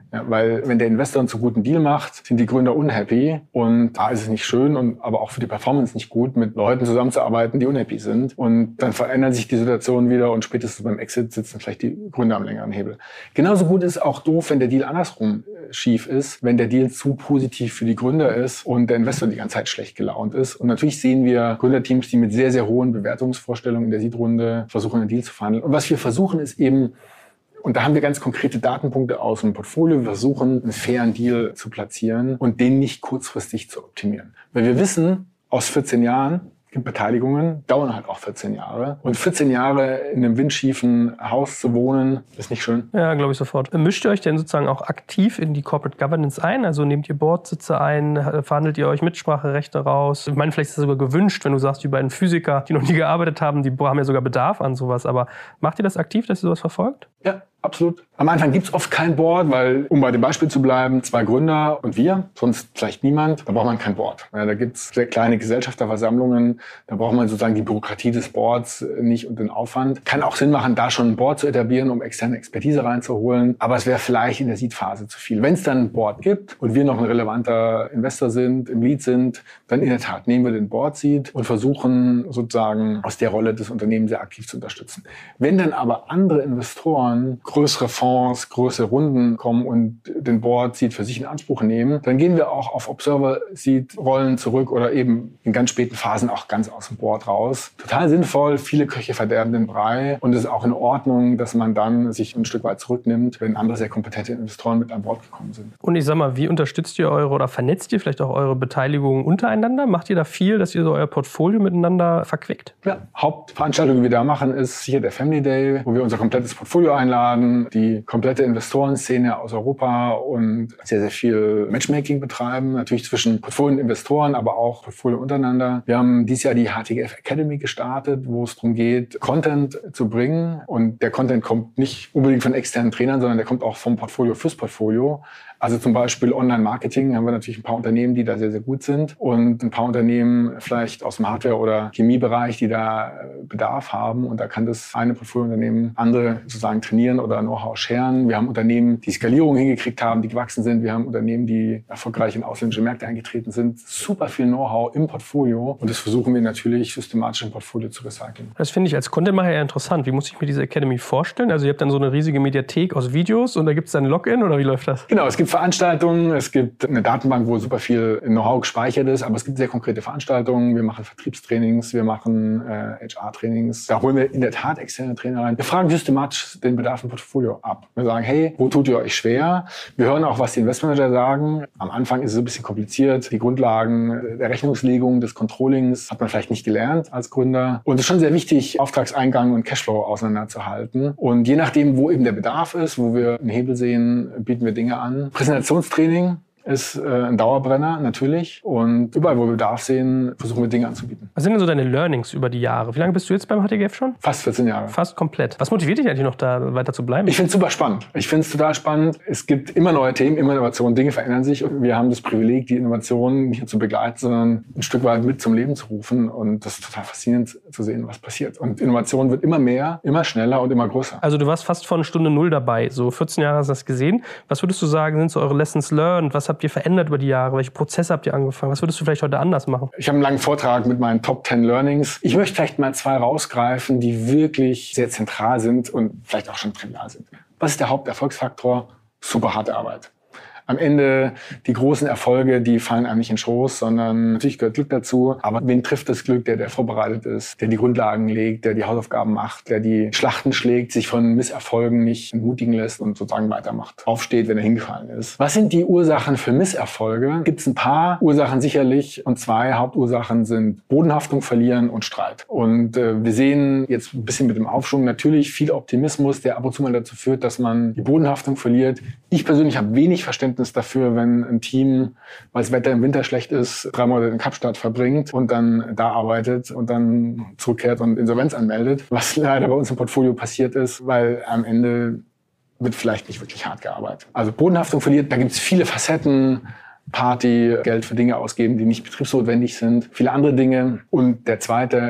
Ja, weil wenn der Investor einen zu guten Deal macht, sind die Gründer unhappy und da ist es nicht schön aber auch für die Performance nicht gut, mit Leuten zusammenzuarbeiten, die unhappy sind. Und dann verändert sich die Situation wieder und spätestens beim Exit sitzen vielleicht die Gründer am längeren Hebel. Genauso gut ist auch doof, wenn der Deal andersrum schief ist, wenn der Deal zu positiv für die Gründer ist und der Investor die ganze Zeit schlecht gelaunt ist. Und natürlich sehen wir Gründerteams, die mit sehr, sehr hohen Bewertungsvorstellungen in der Seed-Runde versuchen, einen Deal zu verhandeln. Und was wir versuchen, ist eben, und da haben wir ganz konkrete Datenpunkte aus dem Portfolio. Wir versuchen, einen fairen Deal zu platzieren und den nicht kurzfristig zu optimieren. Weil wir wissen, aus 14 Jahren, Beteiligungen dauern halt auch 14 Jahre. Und 14 Jahre in einem windschiefen Haus zu wohnen, ist nicht schön. Ja, glaube ich sofort. Mischt ihr euch denn sozusagen auch aktiv in die Corporate Governance ein? Also nehmt ihr Boardsitze ein, verhandelt ihr euch Mitspracherechte raus? Ich meine, vielleicht ist es sogar gewünscht, wenn du sagst, die beiden Physiker, die noch nie gearbeitet haben, die haben ja sogar Bedarf an sowas. Aber macht ihr das aktiv, dass ihr sowas verfolgt? Ja, absolut. Am Anfang gibt's oft kein Board, weil, um bei dem Beispiel zu bleiben, 2 Gründer und wir, sonst vielleicht niemand, da braucht man kein Board. Ja, da gibt's sehr kleine Gesellschafterversammlungen, da braucht man sozusagen die Bürokratie des Boards nicht und den Aufwand. Kann auch Sinn machen, da schon ein Board zu etablieren, um externe Expertise reinzuholen, aber es wäre vielleicht in der Seed-Phase zu viel. Wenn es dann ein Board gibt und wir noch ein relevanter Investor sind, im Lead sind, dann in der Tat nehmen wir den Board-Seat und versuchen sozusagen aus der Rolle des Unternehmens sehr aktiv zu unterstützen. Wenn dann aber andere Investoren, größere Fonds, größere Runden kommen und den Board-Seat für sich in Anspruch nehmen, dann gehen wir auch auf Observer-Seat-Rollen zurück oder eben in ganz späten Phasen auch ganz aus dem Board raus. Total sinnvoll, viele Köche verderben den Brei und es ist auch in Ordnung, dass man dann sich ein Stück weit zurücknimmt, wenn andere sehr kompetente Investoren mit an Bord gekommen sind. Und ich sag mal, wie unterstützt ihr eure oder vernetzt ihr vielleicht auch eure Beteiligungen untereinander? Macht ihr da viel, dass ihr so euer Portfolio miteinander verquickt? Ja, Hauptveranstaltung, die wir da machen, ist sicher der Family Day, wo wir unser komplettes Portfolio einladen, die komplette Investorenszene aus Europa und sehr, sehr viel Matchmaking betreiben. Natürlich zwischen Portfolio und Investoren, aber auch Portfolio untereinander. Wir haben dieses Jahr die HTGF Academy gestartet, wo es darum geht, Content zu bringen. Und der Content kommt nicht unbedingt von externen Trainern, sondern der kommt auch vom Portfolio fürs Portfolio. Also zum Beispiel Online-Marketing haben wir natürlich ein paar Unternehmen, die da sehr, sehr gut sind und ein paar Unternehmen vielleicht aus dem Hardware- oder Chemiebereich, die da Bedarf haben. Und da kann das eine Portfoliounternehmen andere sozusagen trainieren oder Know-how sharen. Wir haben Unternehmen, die Skalierung hingekriegt haben, die gewachsen sind. Wir haben Unternehmen, die erfolgreich in ausländische Märkte eingetreten sind. Super viel Know-how im Portfolio und das versuchen wir natürlich systematisch im Portfolio zu recyceln. Das finde ich als Contentmacher ja interessant. Wie muss ich mir diese Academy vorstellen? Also ihr habt dann so eine riesige Mediathek aus Videos und da gibt es dann ein Login oder wie läuft das? Genau, es gibt Veranstaltungen, es gibt eine Datenbank, wo super viel Know-how gespeichert ist, aber es gibt sehr konkrete Veranstaltungen. Wir machen Vertriebstrainings, wir machen HR-Trainings. Da holen wir in der Tat externe Trainer rein. Wir fragen systematisch den Bedarf im Portfolio ab. Wir sagen, hey, wo tut ihr euch schwer? Wir hören auch, was die Investmentmanager sagen. Am Anfang ist es ein bisschen kompliziert. Die Grundlagen der Rechnungslegung, des Controllings hat man vielleicht nicht gelernt als Gründer. Und es ist schon sehr wichtig, Auftragseingang und Cashflow auseinanderzuhalten. Und je nachdem, wo eben der Bedarf ist, wo wir einen Hebel sehen, bieten wir Dinge an. Präsentationstraining ist ein Dauerbrenner natürlich und überall, wo wir Bedarf sehen, versuchen wir Dinge anzubieten. Was sind denn so deine Learnings über die Jahre? Wie lange bist du jetzt beim HTGF schon? Fast 14 Jahre. Fast komplett. Was motiviert dich eigentlich noch da weiter zu bleiben? Ich finde es super spannend. Ich finde es total spannend. Es gibt immer neue Themen, immer Innovationen. Dinge verändern sich und wir haben das Privileg, die Innovationen nicht nur zu begleiten, sondern ein Stück weit mit zum Leben zu rufen und das ist total faszinierend zu sehen, was passiert. Und Innovation wird immer mehr, immer schneller und immer größer. Also du warst fast von Stunde 0 dabei. So 14 Jahre hast du das gesehen. Was würdest du sagen, sind so eure Lessons learned? Was habt ihr verändert über die Jahre? Welche Prozesse habt ihr angefangen? Was würdest du vielleicht heute anders machen? Ich habe einen langen Vortrag mit meinen Top 10 Learnings. Ich möchte vielleicht mal 2 rausgreifen, die wirklich sehr zentral sind und vielleicht auch schon trivial sind. Was ist der Haupterfolgsfaktor? Super harte Arbeit. Am Ende die großen Erfolge, die fallen einem nicht in den Schoß, sondern natürlich gehört Glück dazu. Aber wen trifft das Glück? Der vorbereitet ist, der die Grundlagen legt, der die Hausaufgaben macht, der die Schlachten schlägt, sich von Misserfolgen nicht entmutigen lässt und sozusagen weitermacht. Aufsteht, wenn er hingefallen ist. Was sind die Ursachen für Misserfolge? Gibt es ein paar Ursachen sicherlich und 2 Hauptursachen sind Bodenhaftung verlieren und Streit. Und wir sehen jetzt ein bisschen mit dem Aufschwung natürlich viel Optimismus, der ab und zu mal dazu führt, dass man die Bodenhaftung verliert. Ich persönlich habe wenig Verständnis dafür, wenn ein Team, weil das Wetter im Winter schlecht ist, 3 Monate in Kapstadt verbringt und dann da arbeitet und dann zurückkehrt und Insolvenz anmeldet. Was leider bei uns im Portfolio passiert ist, weil am Ende wird vielleicht nicht wirklich hart gearbeitet. Also Bodenhaftung verliert, da gibt es viele Facetten. Party, Geld für Dinge ausgeben, die nicht betriebsnotwendig sind, viele andere Dinge. Und der zweite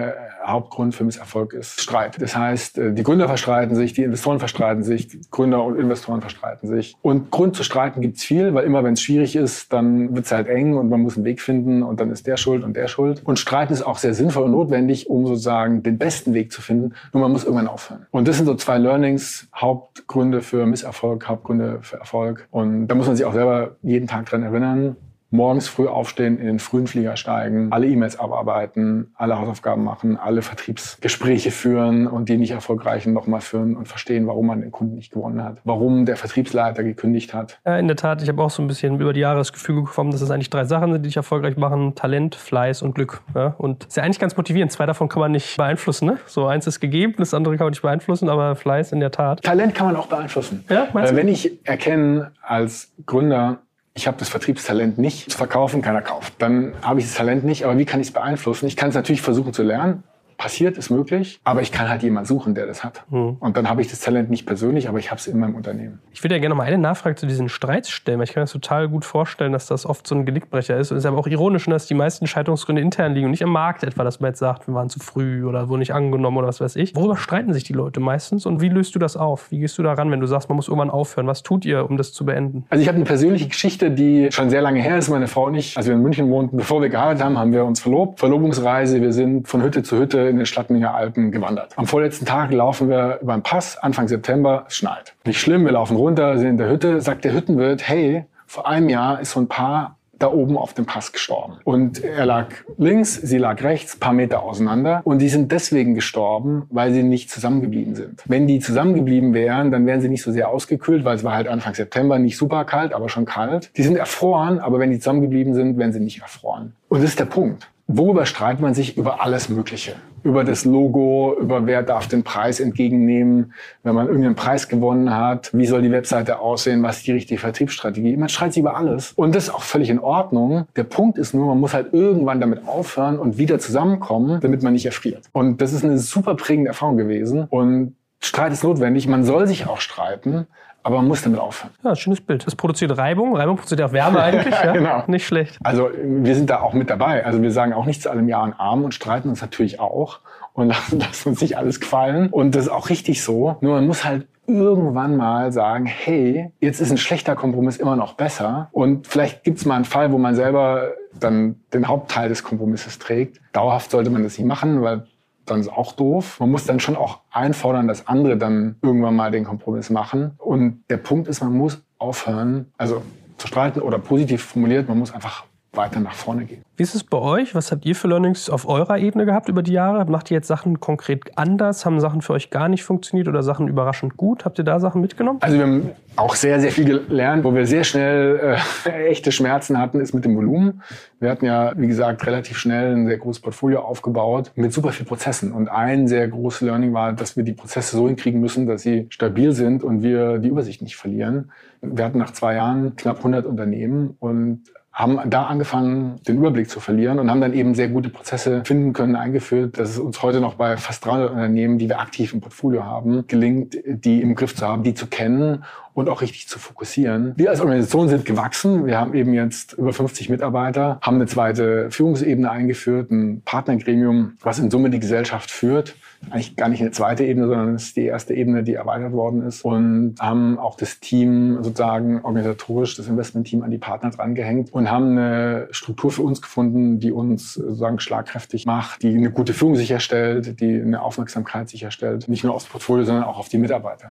Hauptgrund für Misserfolg ist Streit. Das heißt, die Gründer verstreiten sich, die Investoren verstreiten sich, die Gründer und Investoren verstreiten sich. Und Grund zu streiten gibt's viel, weil immer wenn es schwierig ist, dann wird's halt eng und man muss einen Weg finden und dann ist der schuld und der schuld. Und Streiten ist auch sehr sinnvoll und notwendig, um sozusagen den besten Weg zu finden. Nur man muss irgendwann aufhören. Und das sind so 2 Learnings, Hauptgründe für Misserfolg, Hauptgründe für Erfolg. Und da muss man sich auch selber jeden Tag dran erinnern. Morgens früh aufstehen, in den frühen Flieger steigen, alle E-Mails abarbeiten, alle Hausaufgaben machen, alle Vertriebsgespräche führen und die nicht erfolgreichen nochmal führen und verstehen, warum man den Kunden nicht gewonnen hat, warum der Vertriebsleiter gekündigt hat. Ja, in der Tat, ich habe auch so ein bisschen über die Jahre das Gefühl bekommen, dass es eigentlich 3 Sachen sind, die dich erfolgreich machen: Talent, Fleiß und Glück. Ja? Und ist ja eigentlich ganz motivierend. 2 davon kann man nicht beeinflussen. Ne? So, eins ist gegeben, das andere kann man nicht beeinflussen, aber Fleiß in der Tat. Talent kann man auch beeinflussen. Ja, meinst du? Wenn ich erkenne als Gründer, ich habe das Vertriebstalent nicht zu verkaufen, keiner kauft. Dann habe ich das Talent nicht, aber wie kann ich es beeinflussen? Ich kann es natürlich versuchen zu lernen. Passiert, ist möglich, aber ich kann halt jemanden suchen, der das hat. Und dann habe ich das Talent nicht persönlich, aber ich habe es in meinem Unternehmen. Ich würde ja gerne noch mal eine Nachfrage zu diesen Streits stellen, weil ich kann mir das total gut vorstellen, dass das oft so ein Genickbrecher ist. Und es ist aber auch ironisch, dass die meisten Scheiterungsgründe intern liegen und nicht am Markt etwa, dass man jetzt sagt, wir waren zu früh oder wurden nicht angenommen oder was weiß ich. Worüber streiten sich die Leute meistens und wie löst du das auf? Wie gehst du da ran, wenn du sagst, man muss irgendwann aufhören? Was tut ihr, um das zu beenden? Also ich habe eine persönliche Geschichte, die schon sehr lange her ist. Meine Frau und ich, als wir in München wohnten, bevor wir geheiratet haben, haben wir uns verlobt. Verlobungsreise, wir sind von Hütte zu Hütte in den Schladminger Alpen gewandert. Am vorletzten Tag laufen wir über den Pass, Anfang September, es schneit. Nicht schlimm, wir laufen runter, sind in der Hütte, sagt der Hüttenwirt, hey, vor einem Jahr ist so ein Paar da oben auf dem Pass gestorben. Und er lag links, sie lag rechts, paar Meter auseinander. Und die sind deswegen gestorben, weil sie nicht zusammengeblieben sind. Wenn die zusammengeblieben wären, dann wären sie nicht so sehr ausgekühlt, weil es war halt Anfang September nicht super kalt, aber schon kalt. Die sind erfroren, aber wenn die zusammengeblieben sind, wären sie nicht erfroren. Und das ist der Punkt. Worüber streitet man sich? Über alles Mögliche. Über das Logo, über wer darf den Preis entgegennehmen, wenn man irgendeinen Preis gewonnen hat, wie soll die Webseite aussehen, was ist die richtige Vertriebsstrategie. Man streitet sich über alles. Und das ist auch völlig in Ordnung. Der Punkt ist nur, man muss halt irgendwann damit aufhören und wieder zusammenkommen, damit man nicht erfriert. Und das ist eine super prägende Erfahrung gewesen. Und Streit ist notwendig. Man soll sich auch streiten. Aber man muss damit aufhören. Ja, schönes Bild. Das produziert Reibung. Reibung produziert auch Wärme eigentlich. Ja, genau. Nicht schlecht. Also wir sind da auch mit dabei. Also wir sagen auch nicht zu allem Ja und Amen und streiten uns natürlich auch und lassen uns nicht alles gefallen. Und das ist auch richtig so. Nur man muss halt irgendwann mal sagen, hey, jetzt ist ein schlechter Kompromiss immer noch besser. Und vielleicht gibt es mal einen Fall, wo man selber dann den Hauptteil des Kompromisses trägt. Dauerhaft sollte man das nicht machen, weil dann ist auch doof. Man muss dann schon auch einfordern, dass andere dann irgendwann mal den Kompromiss machen. Und der Punkt ist, man muss aufhören, also zu streiten oder positiv formuliert, man muss einfach weiter nach vorne gehen. Wie ist es bei euch? Was habt ihr für Learnings auf eurer Ebene gehabt über die Jahre? Macht ihr jetzt Sachen konkret anders? Haben Sachen für euch gar nicht funktioniert oder Sachen überraschend gut? Habt ihr da Sachen mitgenommen? Also wir haben auch sehr, sehr viel gelernt. Wo wir sehr schnell echte Schmerzen hatten, ist mit dem Volumen. Wir hatten ja, wie gesagt, relativ schnell ein sehr großes Portfolio aufgebaut mit super viel Prozessen. Und ein sehr großes Learning war, dass wir die Prozesse so hinkriegen müssen, dass sie stabil sind und wir die Übersicht nicht verlieren. Wir hatten nach 2 Jahren knapp 100 Unternehmen und haben da angefangen, den Überblick zu verlieren und haben dann eben sehr gute Prozesse finden können, eingeführt, dass es uns heute noch bei fast 300 Unternehmen, die wir aktiv im Portfolio haben, gelingt, die im Griff zu haben, die zu kennen und auch richtig zu fokussieren. Wir als Organisation sind gewachsen. Wir haben eben jetzt über 50 Mitarbeiter, haben eine zweite Führungsebene eingeführt, ein Partnergremium, was in Summe die Gesellschaft führt. Eigentlich gar nicht eine zweite Ebene, sondern es ist die erste Ebene, die erweitert worden ist. Und haben auch das Team sozusagen organisatorisch, das Investmentteam an die Partner drangehängt und haben eine Struktur für uns gefunden, die uns sozusagen schlagkräftig macht, die eine gute Führung sicherstellt, die eine Aufmerksamkeit sicherstellt. Nicht nur aufs Portfolio, sondern auch auf die Mitarbeiter.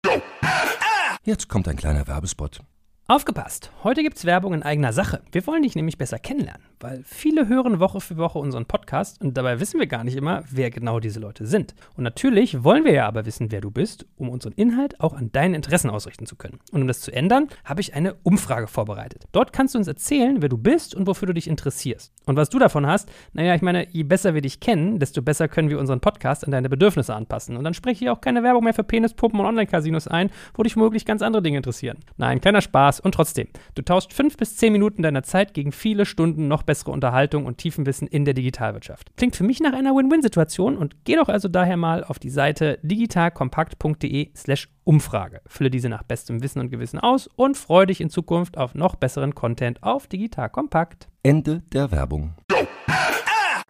Jetzt kommt ein kleiner Werbespot. Aufgepasst! Heute gibt's Werbung in eigener Sache. Wir wollen dich nämlich besser kennenlernen, weil viele hören Woche für Woche unseren Podcast und dabei wissen wir gar nicht immer, wer genau diese Leute sind. Und natürlich wollen wir ja aber wissen, wer du bist, um unseren Inhalt auch an deinen Interessen ausrichten zu können. Und um das zu ändern, habe ich eine Umfrage vorbereitet. Dort kannst du uns erzählen, wer du bist und wofür du dich interessierst. Und was du davon hast, naja, ich meine, je besser wir dich kennen, desto besser können wir unseren Podcast an deine Bedürfnisse anpassen. Und dann spreche ich auch keine Werbung mehr für Penispuppen und Online-Casinos ein, wo dich womöglich ganz andere Dinge interessieren. Nein, kleiner Spaß. Und trotzdem, du tauschst 5 bis 10 Minuten deiner Zeit gegen viele Stunden noch bessere Unterhaltung und Tiefenwissen in der Digitalwirtschaft. Klingt für mich nach einer Win-Win-Situation und geh doch also daher mal auf die Seite digitalkompakt.de/Umfrage. Fülle diese nach bestem Wissen und Gewissen aus und freue dich in Zukunft auf noch besseren Content auf Digital Kompakt. Ende der Werbung.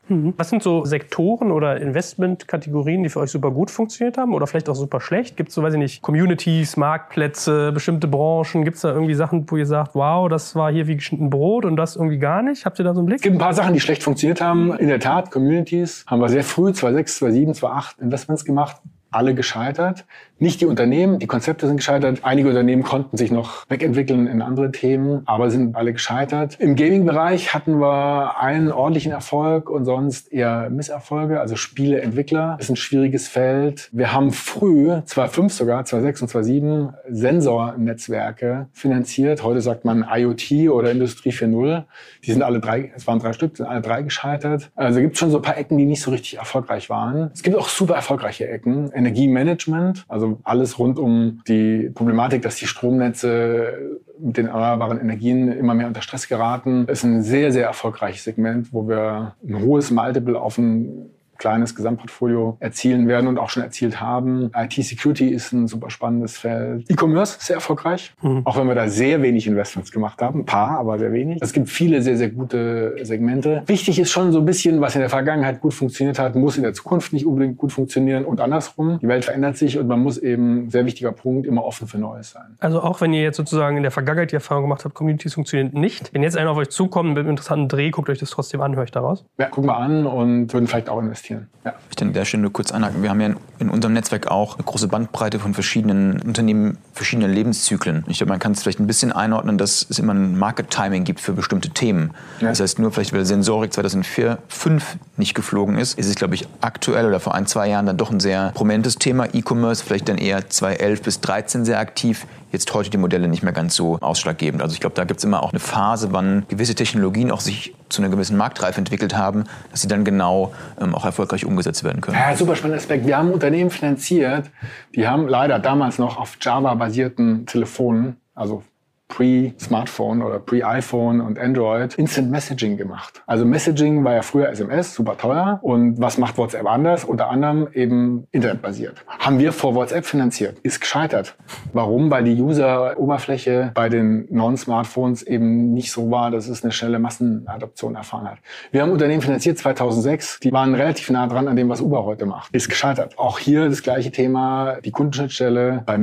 Was sind so Sektoren oder Investmentkategorien, die für euch super gut funktioniert haben oder vielleicht auch super schlecht? Gibt es so, weiß ich nicht, Communities, Marktplätze, bestimmte Branchen? Gibt es da irgendwie Sachen, wo ihr sagt, wow, das war hier wie geschnitten Brot und das irgendwie gar nicht? Habt ihr da so einen Blick? Es gibt ein paar Sachen, die schlecht funktioniert haben. In der Tat, Communities haben wir sehr früh, 2006, 2007, 2008 Investments gemacht. Alle gescheitert. Nicht die Unternehmen, die Konzepte sind gescheitert. Einige Unternehmen konnten sich noch wegentwickeln in andere Themen, aber sind alle gescheitert. Im Gaming-Bereich hatten wir einen ordentlichen Erfolg und sonst eher Misserfolge. Also Spieleentwickler ist ein schwieriges Feld. Wir haben früh, 2005 sogar, 2006 und 2007, Sensornetzwerke finanziert. Heute sagt man IoT oder Industrie 4.0. Die sind alle drei, es waren 3 Stück, sind alle 3 gescheitert. Also gibt es schon so ein paar Ecken, die nicht so richtig erfolgreich waren. Es gibt auch super erfolgreiche Ecken. Energiemanagement, also alles rund um die Problematik, dass die Stromnetze mit den erneuerbaren Energien immer mehr unter Stress geraten, ist ein sehr, sehr erfolgreiches Segment, wo wir ein hohes Multiple auf ein kleines Gesamtportfolio erzielen werden und auch schon erzielt haben. IT-Security ist ein super spannendes Feld. E-Commerce ist sehr erfolgreich, auch wenn wir da sehr wenig Investments gemacht haben. Ein paar, aber sehr wenig. Es gibt viele sehr, sehr gute Segmente. Wichtig ist schon so ein bisschen, was in der Vergangenheit gut funktioniert hat, muss in der Zukunft nicht unbedingt gut funktionieren und andersrum. Die Welt verändert sich und man muss eben, sehr wichtiger Punkt, immer offen für Neues sein. Also auch wenn ihr jetzt sozusagen in der Vergangenheit die Erfahrung gemacht habt, Communities funktionieren nicht. Wenn jetzt einer auf euch zukommt mit einem interessanten Dreh, guckt euch das trotzdem an, höre ich daraus? Ja, gucken wir an und würden vielleicht auch investieren. Ja. Ich denke, an der Stelle nur kurz anhaken. Wir haben ja in unserem Netzwerk auch eine große Bandbreite von verschiedenen Unternehmen, verschiedenen Lebenszyklen. Ich glaube, man kann es vielleicht ein bisschen einordnen, dass es immer ein Market-Timing gibt für bestimmte Themen. Ja. Das heißt, nur vielleicht, weil Sensorik 2004, 2005 nicht geflogen ist es, glaube ich, aktuell oder vor 1-2 Jahren dann doch ein sehr prominentes Thema. E-Commerce vielleicht dann eher 2011 bis 2013 sehr aktiv. Jetzt heute die Modelle nicht mehr ganz so ausschlaggebend. Also ich glaube, da gibt es immer auch eine Phase, wann gewisse Technologien auch sich zu einer gewissen Marktreife entwickelt haben, dass sie dann genau auch erfolgreich umgesetzt werden können. Ja, super spannender Aspekt. Wir haben Unternehmen finanziert, die haben leider damals noch auf Java-basierten Telefonen, also Pre-Smartphone oder Pre-iPhone und Android Instant Messaging gemacht. Also Messaging war ja früher SMS, super teuer. Und was macht WhatsApp anders? Unter anderem eben internetbasiert. Haben wir vor WhatsApp finanziert. Ist gescheitert. Warum? Weil die User-Oberfläche bei den Non-Smartphones eben nicht so war, dass es eine schnelle Massenadoption erfahren hat. Wir haben Unternehmen finanziert 2006. Die waren relativ nah dran an dem, was Uber heute macht. Ist gescheitert. Auch hier das gleiche Thema. Die Kundenschnittstelle bei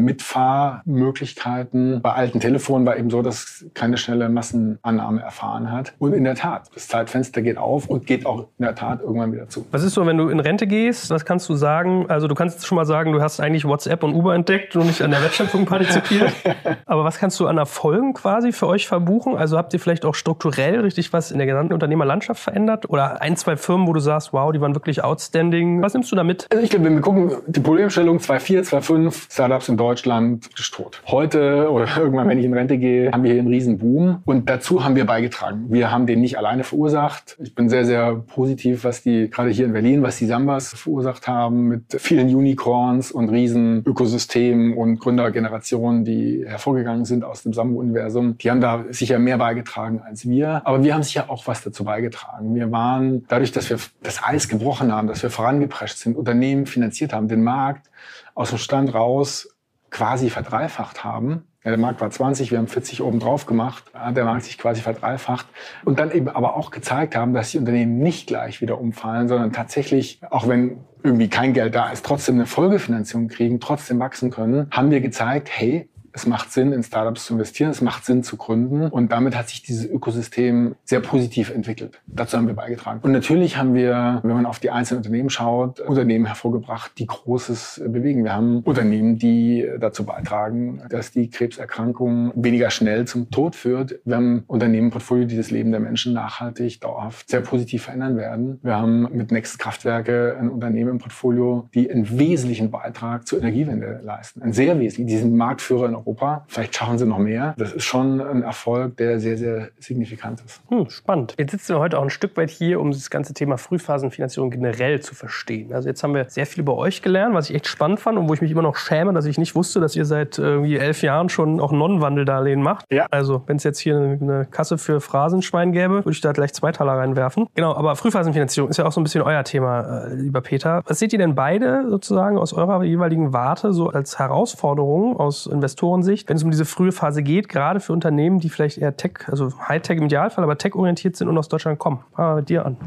Mitfahrmöglichkeiten, bei alten Telefonen war eben so, dass keine schnelle Massenannahme erfahren hat. Und in der Tat, das Zeitfenster geht auf und geht auch in der Tat irgendwann wieder zu. Was ist so, wenn du in Rente gehst? Was kannst du sagen? Also du kannst schon mal sagen, du hast eigentlich WhatsApp und Uber entdeckt und nicht an der Wertschöpfung partizipiert. Aber was kannst du an Erfolgen quasi für euch verbuchen? Also habt ihr vielleicht auch strukturell richtig was in der gesamten Unternehmerlandschaft verändert? Oder 1-2 Firmen, wo du sagst, wow, die waren wirklich outstanding. Was nimmst du da mit? Also ich glaube, wenn wir gucken, die Problemstellung 2004, 2005, Startups in Deutschland ist tot. Heute oder irgendwann, wenn ich in Rente gehe, haben wir hier einen riesen Boom und dazu haben wir beigetragen. Wir haben den nicht alleine verursacht. Ich bin sehr, sehr positiv, was die, gerade hier in Berlin, was die Sambas verursacht haben mit vielen Unicorns und riesen Ökosystemen und Gründergenerationen, die hervorgegangen sind aus dem Sambo-Universum. Die haben da sicher mehr beigetragen als wir, aber wir haben sicher auch was dazu beigetragen. Wir waren, dadurch, dass wir das Eis gebrochen haben, dass wir vorangeprescht sind, Unternehmen finanziert haben, den Markt aus dem Stand raus quasi verdreifacht haben. Ja, der Markt war 20, wir haben 40 oben drauf gemacht, hat der Markt sich quasi verdreifacht und dann eben aber auch gezeigt haben, dass die Unternehmen nicht gleich wieder umfallen, sondern tatsächlich, auch wenn irgendwie kein Geld da ist, trotzdem eine Folgefinanzierung kriegen, trotzdem wachsen können, haben wir gezeigt, hey, es macht Sinn, in Startups zu investieren, es macht Sinn zu gründen und damit hat sich dieses Ökosystem sehr positiv entwickelt. Dazu haben wir beigetragen. Und natürlich haben wir, wenn man auf die einzelnen Unternehmen schaut, Unternehmen hervorgebracht, die Großes bewegen. Wir haben Unternehmen, die dazu beitragen, dass die Krebserkrankung weniger schnell zum Tod führt. Wir haben Unternehmen im Portfolio, die das Leben der Menschen nachhaltig, dauerhaft sehr positiv verändern werden. Wir haben mit Next Kraftwerke ein Unternehmen im Portfolio, die einen wesentlichen Beitrag zur Energiewende leisten. Einen sehr wesentlichen. Die sind Marktführer in Europa. Vielleicht schaffen sie noch mehr. Das ist schon ein Erfolg, der sehr, sehr signifikant ist. Spannend. Jetzt sitzen wir heute auch ein Stück weit hier, um das ganze Thema Frühphasenfinanzierung generell zu verstehen. Also jetzt haben wir sehr viel über euch gelernt, was ich echt spannend fand und wo ich mich immer noch schäme, dass ich nicht wusste, dass ihr seit irgendwie 11 Jahren schon auch Non-Wandeldarlehen macht. Ja. Also wenn es jetzt hier eine Kasse für Phrasenschwein gäbe, würde ich da gleich 2 Taler reinwerfen. Genau, aber Frühphasenfinanzierung ist ja auch so ein bisschen euer Thema, lieber Peter. Was seht ihr denn beide sozusagen aus eurer jeweiligen Warte so als Herausforderung aus Investorensicht, wenn es um diese frühe Phase geht, gerade für Unternehmen, die vielleicht eher Tech, also Hightech im Idealfall, aber Tech-orientiert sind und aus Deutschland kommen? Fangen wir mit dir an.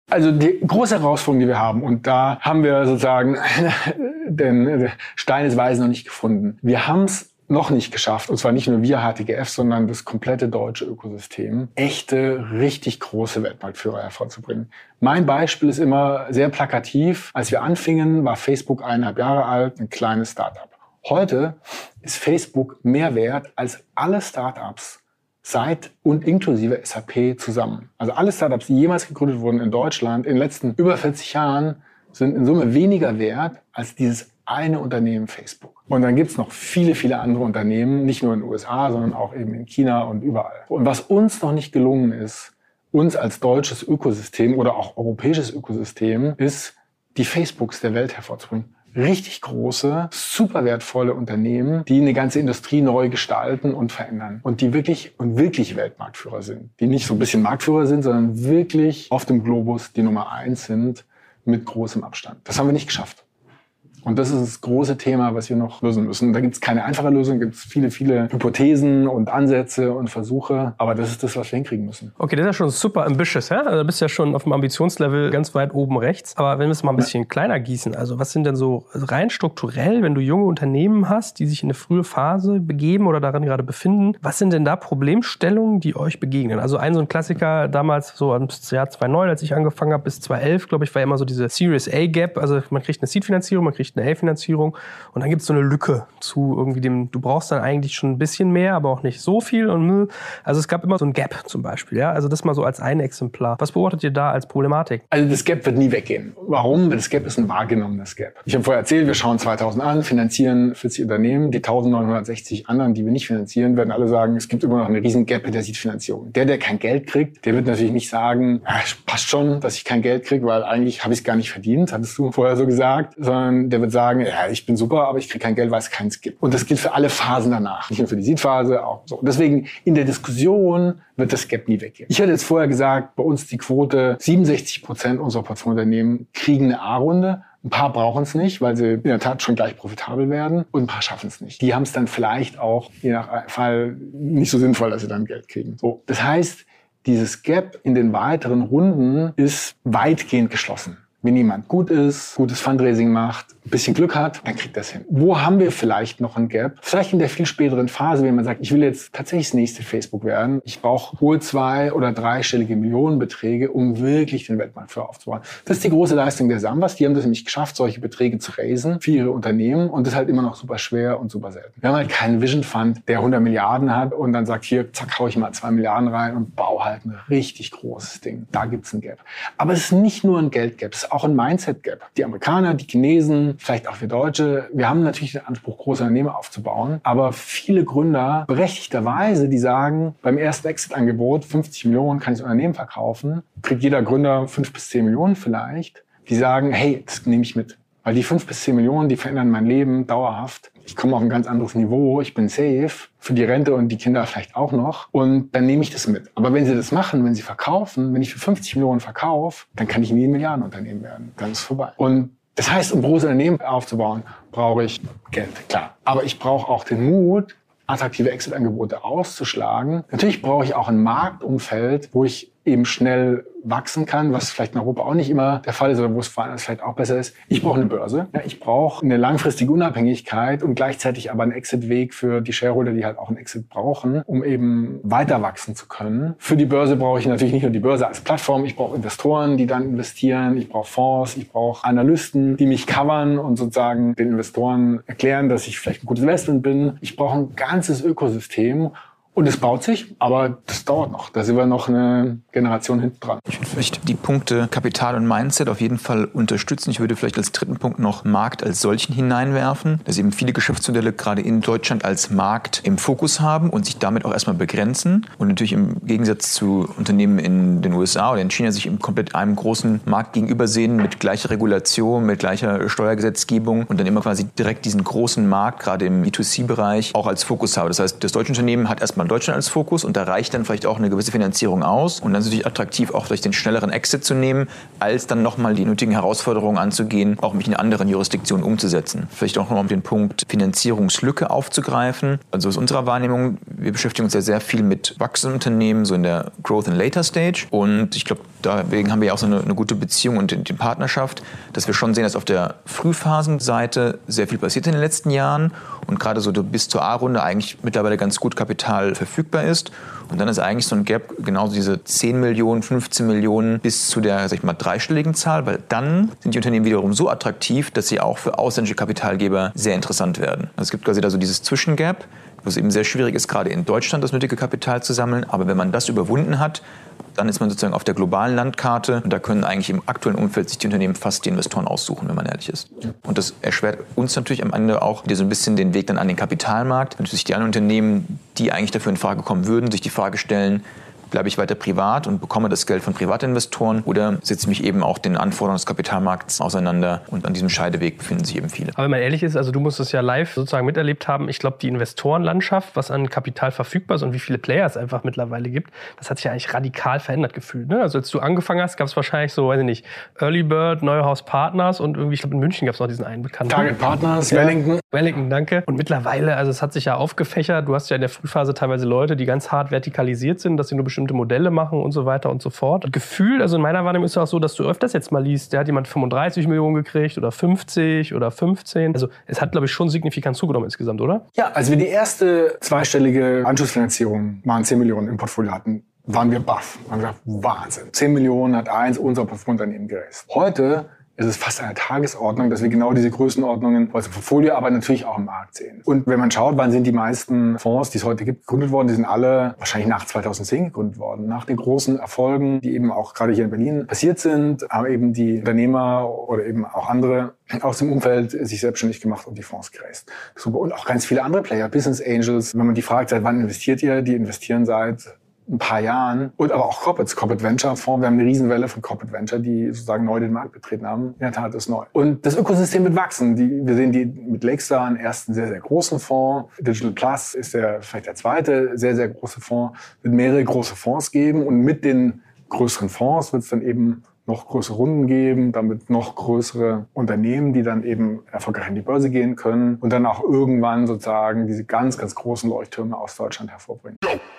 Also die große Herausforderung, die wir haben, und da haben wir sozusagen den Stein des Weisen noch nicht gefunden. Wir haben es noch nicht geschafft, und zwar nicht nur wir HTGF, sondern das komplette deutsche Ökosystem, echte, richtig große Weltmarktführer hervorzubringen. Mein Beispiel ist immer sehr plakativ. Als wir anfingen, war Facebook 1,5 Jahre alt, ein kleines Startup. Heute ist Facebook mehr wert als alle Startups seit und inklusive SAP zusammen. Also alle Startups, die jemals gegründet wurden in Deutschland in den letzten über 40 Jahren, sind in Summe weniger wert als dieses eine Unternehmen Facebook. Und dann gibt's noch viele, viele andere Unternehmen, nicht nur in den USA, sondern auch eben in China und überall. Und was uns noch nicht gelungen ist, uns als deutsches Ökosystem oder auch europäisches Ökosystem, ist, die Facebooks der Welt hervorzubringen. Richtig große, super wertvolle Unternehmen, die eine ganze Industrie neu gestalten und verändern. Und die wirklich Weltmarktführer sind. Die nicht so ein bisschen Marktführer sind, sondern wirklich auf dem Globus die Nummer 1 sind mit großem Abstand. Das haben wir nicht geschafft. Und das ist das große Thema, was wir noch lösen müssen. Da gibt es keine einfache Lösung, gibt es viele, viele Hypothesen und Ansätze und Versuche. Aber das ist das, was wir hinkriegen müssen. Okay, das ist ja schon super ambitious, ja? Also du bist ja schon auf dem Ambitionslevel ganz weit oben rechts. Aber wenn wir es mal ein bisschen kleiner gießen, also was sind denn so rein strukturell, wenn du junge Unternehmen hast, die sich in eine frühe Phase begeben oder darin gerade befinden, was sind denn da Problemstellungen, die euch begegnen? Also so ein Klassiker damals so im Jahr 2009, als ich angefangen habe, bis 2011, glaube ich, war immer so diese Series A Gap. Also man kriegt eine Seed-Finanzierung, man kriegt eine A-Finanzierung und dann gibt es so eine Lücke zu irgendwie dem, du brauchst dann eigentlich schon ein bisschen mehr, aber auch nicht so viel. Und also es gab immer so ein Gap zum Beispiel. Ja? Also das mal so als ein Exemplar. Was beobachtet ihr da als Problematik? Also das Gap wird nie weggehen. Warum? Das Gap ist ein wahrgenommenes Gap. Ich habe vorher erzählt, wir schauen 2000 an, finanzieren 40 Unternehmen. Die 1960 anderen, die wir nicht finanzieren, werden alle sagen, es gibt immer noch eine riesen Gap in der Seed-Finanzierung. Der kein Geld kriegt, der wird natürlich nicht sagen, passt schon, dass ich kein Geld kriege, weil eigentlich habe ich es gar nicht verdient, hattest du vorher so gesagt, sondern der wird sagen, ja, ich bin super, aber ich kriege kein Geld, weil es keins gibt. Und das gilt für alle Phasen danach. Nicht nur für die Seed-Phase, auch so. Deswegen in der Diskussion wird das Gap nie weggehen. Ich hatte jetzt vorher gesagt, bei uns die Quote, 67% unserer Portfoliounternehmen kriegen eine A-Runde. Ein paar brauchen es nicht, weil sie in der Tat schon gleich profitabel werden. Und ein paar schaffen es nicht. Die haben es dann vielleicht auch, je nach Fall, nicht so sinnvoll, dass sie dann Geld kriegen. So. Das heißt, dieses Gap in den weiteren Runden ist weitgehend geschlossen. Wenn jemand gut ist, gutes Fundraising macht, ein bisschen Glück hat, dann kriegt das hin. Wo haben wir vielleicht noch ein Gap? Vielleicht in der viel späteren Phase, wenn man sagt, ich will jetzt tatsächlich das nächste Facebook werden. Ich brauche hohe 2- oder 3-stellige Millionenbeträge, um wirklich den Weltmarktführer aufzubauen. Das ist die große Leistung der Sambas. Die haben das nämlich geschafft, solche Beträge zu raisen für ihre Unternehmen. Und das ist halt immer noch super schwer und super selten. Wir haben halt keinen Vision Fund, der 100 Milliarden hat und dann sagt, hier, zack, hau ich mal 2 Milliarden rein und baue halt ein richtig großes Ding. Da gibt's ein Gap. Aber es ist nicht nur ein Geldgap, es ist auch ein Mindset-Gap. Die Amerikaner, die Chinesen, vielleicht auch wir Deutsche, wir haben natürlich den Anspruch, große Unternehmen aufzubauen, aber viele Gründer, berechtigterweise, die sagen, beim ersten Exit-Angebot, 50 Millionen kann ich das Unternehmen verkaufen, kriegt jeder Gründer 5 bis 10 Millionen vielleicht, die sagen, hey, das nehme ich mit. Weil die 5 bis 10 Millionen, die verändern mein Leben dauerhaft. Ich komme auf ein ganz anderes Niveau, ich bin safe, für die Rente und die Kinder vielleicht auch noch. Und dann nehme ich das mit. Aber wenn sie das machen, wenn sie verkaufen, wenn ich für 50 Millionen verkaufe, dann kann ich nie ein Milliardenunternehmen werden. Dann ist es vorbei. Und das heißt, um große Unternehmen aufzubauen, brauche ich Geld, klar. Aber ich brauche auch den Mut, attraktive Exit-Angebote auszuschlagen. Natürlich brauche ich auch ein Marktumfeld, wo ich eben schnell wachsen kann, was vielleicht in Europa auch nicht immer der Fall ist oder wo es vielleicht auch besser ist. Ich brauche eine Börse. Ja, ich brauche eine langfristige Unabhängigkeit und gleichzeitig aber einen Exit-Weg für die Shareholder, die halt auch einen Exit brauchen, um eben weiter wachsen zu können. Für die Börse brauche ich natürlich nicht nur die Börse als Plattform. Ich brauche Investoren, die dann investieren. Ich brauche Fonds. Ich brauche Analysten, die mich covern und sozusagen den Investoren erklären, dass ich vielleicht ein gutes Investment bin. Ich brauche ein ganzes Ökosystem. Und es baut sich, aber das dauert noch. Da sind wir noch eine Generation hinten dran. Ich würde vielleicht die Punkte Kapital und Mindset auf jeden Fall unterstützen. Ich würde vielleicht als dritten Punkt noch Markt als solchen hineinwerfen, dass eben viele Geschäftsmodelle gerade in Deutschland als Markt im Fokus haben und sich damit auch erstmal begrenzen. Und natürlich im Gegensatz zu Unternehmen in den USA oder in China sich im komplett einem großen Markt gegenüber sehen mit gleicher Regulation, mit gleicher Steuergesetzgebung und dann immer quasi direkt diesen großen Markt, gerade im B2C-Bereich, auch als Fokus haben. Das heißt, das deutsche Unternehmen hat erstmal Deutschland als Fokus und da reicht dann vielleicht auch eine gewisse Finanzierung aus und dann ist es natürlich attraktiv, auch vielleicht den schnelleren Exit zu nehmen, als dann nochmal die nötigen Herausforderungen anzugehen, auch mich in anderen Jurisdiktionen umzusetzen. Vielleicht auch noch um den Punkt Finanzierungslücke aufzugreifen. Also aus unserer Wahrnehmung, wir beschäftigen uns ja sehr viel mit wachsenden Unternehmen, so in der Growth and Later Stage und ich glaube, deswegen haben wir ja auch so eine gute Beziehung und die Partnerschaft, dass wir schon sehen, dass auf der Frühphasenseite sehr viel passiert in den letzten Jahren und gerade so bis zur A-Runde eigentlich mittlerweile ganz gut Kapital verfügbar ist. Und dann ist eigentlich so ein Gap, genauso diese 10 Millionen, 15 Millionen bis zu der, sag ich mal, dreistelligen Zahl, weil dann sind die Unternehmen wiederum so attraktiv, dass sie auch für ausländische Kapitalgeber sehr interessant werden. Also es gibt quasi da so dieses Zwischengap, wo es eben sehr schwierig ist, gerade in Deutschland das nötige Kapital zu sammeln. Aber wenn man das überwunden hat, dann ist man sozusagen auf der globalen Landkarte und da können eigentlich im aktuellen Umfeld sich die Unternehmen fast die Investoren aussuchen, wenn man ehrlich ist. Und das erschwert uns natürlich am Ende auch wieder so ein bisschen den Weg dann an den Kapitalmarkt. Wenn sich die anderen Unternehmen, die eigentlich dafür in Frage kommen würden, sich die Frage stellen, bleibe ich weiter privat und bekomme das Geld von Privatinvestoren oder setze mich eben auch den Anforderungen des Kapitalmarkts auseinander und an diesem Scheideweg befinden sich eben viele. Aber wenn man ehrlich ist, also du musst es ja live sozusagen miterlebt haben, ich glaube, die Investorenlandschaft, was an Kapital verfügbar ist und wie viele Player es einfach mittlerweile gibt, das hat sich ja eigentlich radikal verändert gefühlt. Ne? Also als du angefangen hast, gab es wahrscheinlich so, weiß ich nicht, Early Bird, Neuhaus Partners und irgendwie, ich glaube in München gab es noch diesen einen bekannten. Target Partners, Wellington. Wellington, danke. Und mittlerweile, also es hat sich ja aufgefächert, du hast ja in der Frühphase teilweise Leute, die ganz hart vertikalisiert sind, dass sie nur bestimmte Modelle machen und so weiter und so fort. Und Gefühl, also in meiner Wahrnehmung ist es auch so, dass du öfters jetzt mal liest, der hat jemand 35 Millionen gekriegt oder 50 oder 15. Also es hat, glaube ich, schon signifikant zugenommen insgesamt, oder? Ja, als wir die erste zweistellige Anschlussfinanzierung, waren 10 Millionen im Portfolio hatten, waren wir baff. Wir haben gesagt, Wahnsinn. 10 Millionen hat eins unserer Portfoliounternehmen geraced. Heute ist es fast eine Tagesordnung, dass wir genau diese Größenordnungen aus dem Portfolio, aber natürlich auch im Markt sehen. Und wenn man schaut, wann sind die meisten Fonds, die es heute gibt, gegründet worden, die sind alle wahrscheinlich nach 2010 gegründet worden. Nach den großen Erfolgen, die eben auch gerade hier in Berlin passiert sind, haben eben die Unternehmer oder eben auch andere aus dem Umfeld sich selbstständig gemacht und die Fonds geraced. Super. Und auch ganz viele andere Player, Business Angels. Wenn man die fragt, seit wann investiert ihr? Die investieren seit ein paar Jahren. Und aber auch Corporate Venture Fonds. Wir haben eine Riesenwelle von Corporate Venture, die sozusagen neu den Markt betreten haben. In der Tat ist neu. Und das Ökosystem wird wachsen. Wir sehen die mit Lakestar einen ersten sehr, sehr großen Fonds. Digital Plus ist vielleicht der zweite sehr, sehr große Fonds. Wird mehrere große Fonds geben. Und mit den größeren Fonds wird es dann eben noch größere Runden geben, damit noch größere Unternehmen, die dann eben erfolgreich an die Börse gehen können und dann auch irgendwann sozusagen diese ganz, ganz großen Leuchttürme aus Deutschland hervorbringen.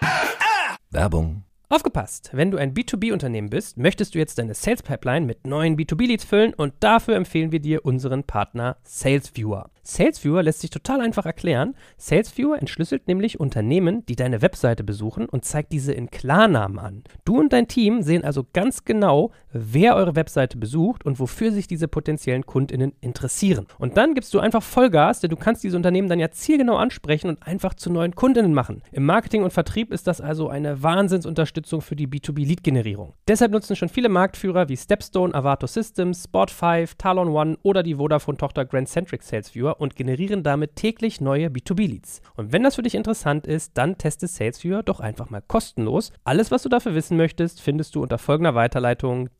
Werbung. Aufgepasst! Wenn du ein B2B-Unternehmen bist, möchtest du jetzt deine Sales-Pipeline mit neuen B2B-Leads füllen und dafür empfehlen wir dir unseren Partner SalesViewer. SalesViewer lässt sich total einfach erklären. SalesViewer entschlüsselt nämlich Unternehmen, die deine Webseite besuchen und zeigt diese in Klarnamen an. Du und dein Team sehen also ganz genau, wer eure Webseite besucht und wofür sich diese potenziellen KundInnen interessieren. Und dann gibst du einfach Vollgas, denn du kannst diese Unternehmen dann ja zielgenau ansprechen und einfach zu neuen KundInnen machen. Im Marketing und Vertrieb ist das also eine Wahnsinnsunterstützung für die B2B-Lead-Generierung. Deshalb nutzen schon viele Marktführer wie Stepstone, Avato Systems, Spot5, Talon One oder die Vodafone-Tochter Grand Centric SalesViewer und generieren damit täglich neue B2B-Leads. Und wenn das für dich interessant ist, dann teste SalesViewer doch einfach mal kostenlos. Alles, was du dafür wissen möchtest, findest du unter folgender Weiterleitung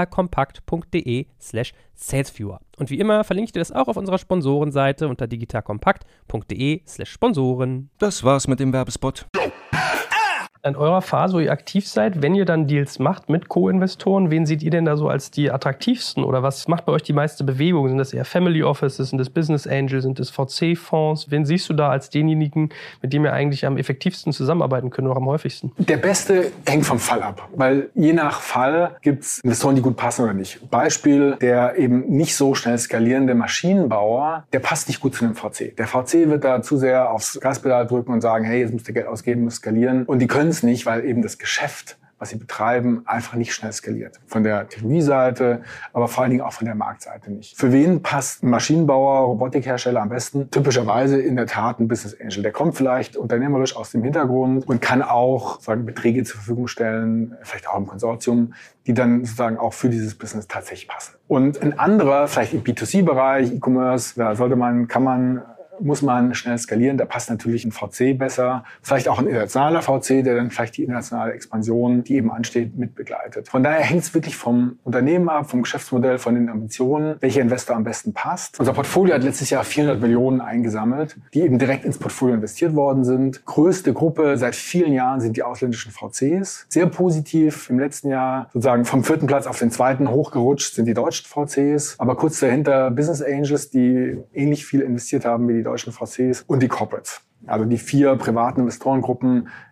digitalkompakt.de/SalesViewer. Und wie immer verlinke ich dir das auch auf unserer Sponsorenseite unter digitalkompakt.de/Sponsoren. Das war's mit dem Werbespot. In eurer Phase, wo ihr aktiv seid, wenn ihr dann Deals macht mit Co-Investoren, wen seht ihr denn da so als die attraktivsten? Oder was macht bei euch die meiste Bewegung? Sind das eher Family Offices, sind das Business Angels, sind das VC-Fonds? Wen siehst du da als denjenigen, mit dem ihr eigentlich am effektivsten zusammenarbeiten könnt oder am häufigsten? Der Beste hängt vom Fall ab, weil je nach Fall gibt es Investoren, die gut passen oder nicht. Beispiel, der eben nicht so schnell skalierende Maschinenbauer, der passt nicht gut zu einem VC. Der VC wird da zu sehr aufs Gaspedal drücken und sagen, hey, jetzt müsst ihr Geld ausgeben, müsst skalieren. Und die können es nicht, weil eben das Geschäft, was sie betreiben, einfach nicht schnell skaliert. Von der Technologieseite, aber vor allen Dingen auch von der Marktseite nicht. Für wen passt ein Maschinenbauer, Robotikhersteller am besten? Typischerweise in der Tat ein Business Angel. Der kommt vielleicht unternehmerisch aus dem Hintergrund und kann auch sozusagen Beträge zur Verfügung stellen, vielleicht auch im Konsortium, die dann sozusagen auch für dieses Business tatsächlich passen. Und ein anderer, vielleicht im B2C-Bereich, E-Commerce, da muss man schnell skalieren. Da passt natürlich ein VC besser. Vielleicht auch ein internationaler VC, der dann vielleicht die internationale Expansion, die eben ansteht, mit begleitet. Von daher hängt es wirklich vom Unternehmen ab, vom Geschäftsmodell, von den Ambitionen, welcher Investor am besten passt. Unser Portfolio hat letztes Jahr 400 Millionen eingesammelt, die eben direkt ins Portfolio investiert worden sind. Größte Gruppe seit vielen Jahren sind die ausländischen VCs. Sehr positiv im letzten Jahr sozusagen vom 4. Platz auf den 2. hochgerutscht sind die deutschen VCs. Aber kurz dahinter Business Angels, die ähnlich viel investiert haben wie die deutschen VCs und die Corporates. Also die 4 privaten Investorengruppen,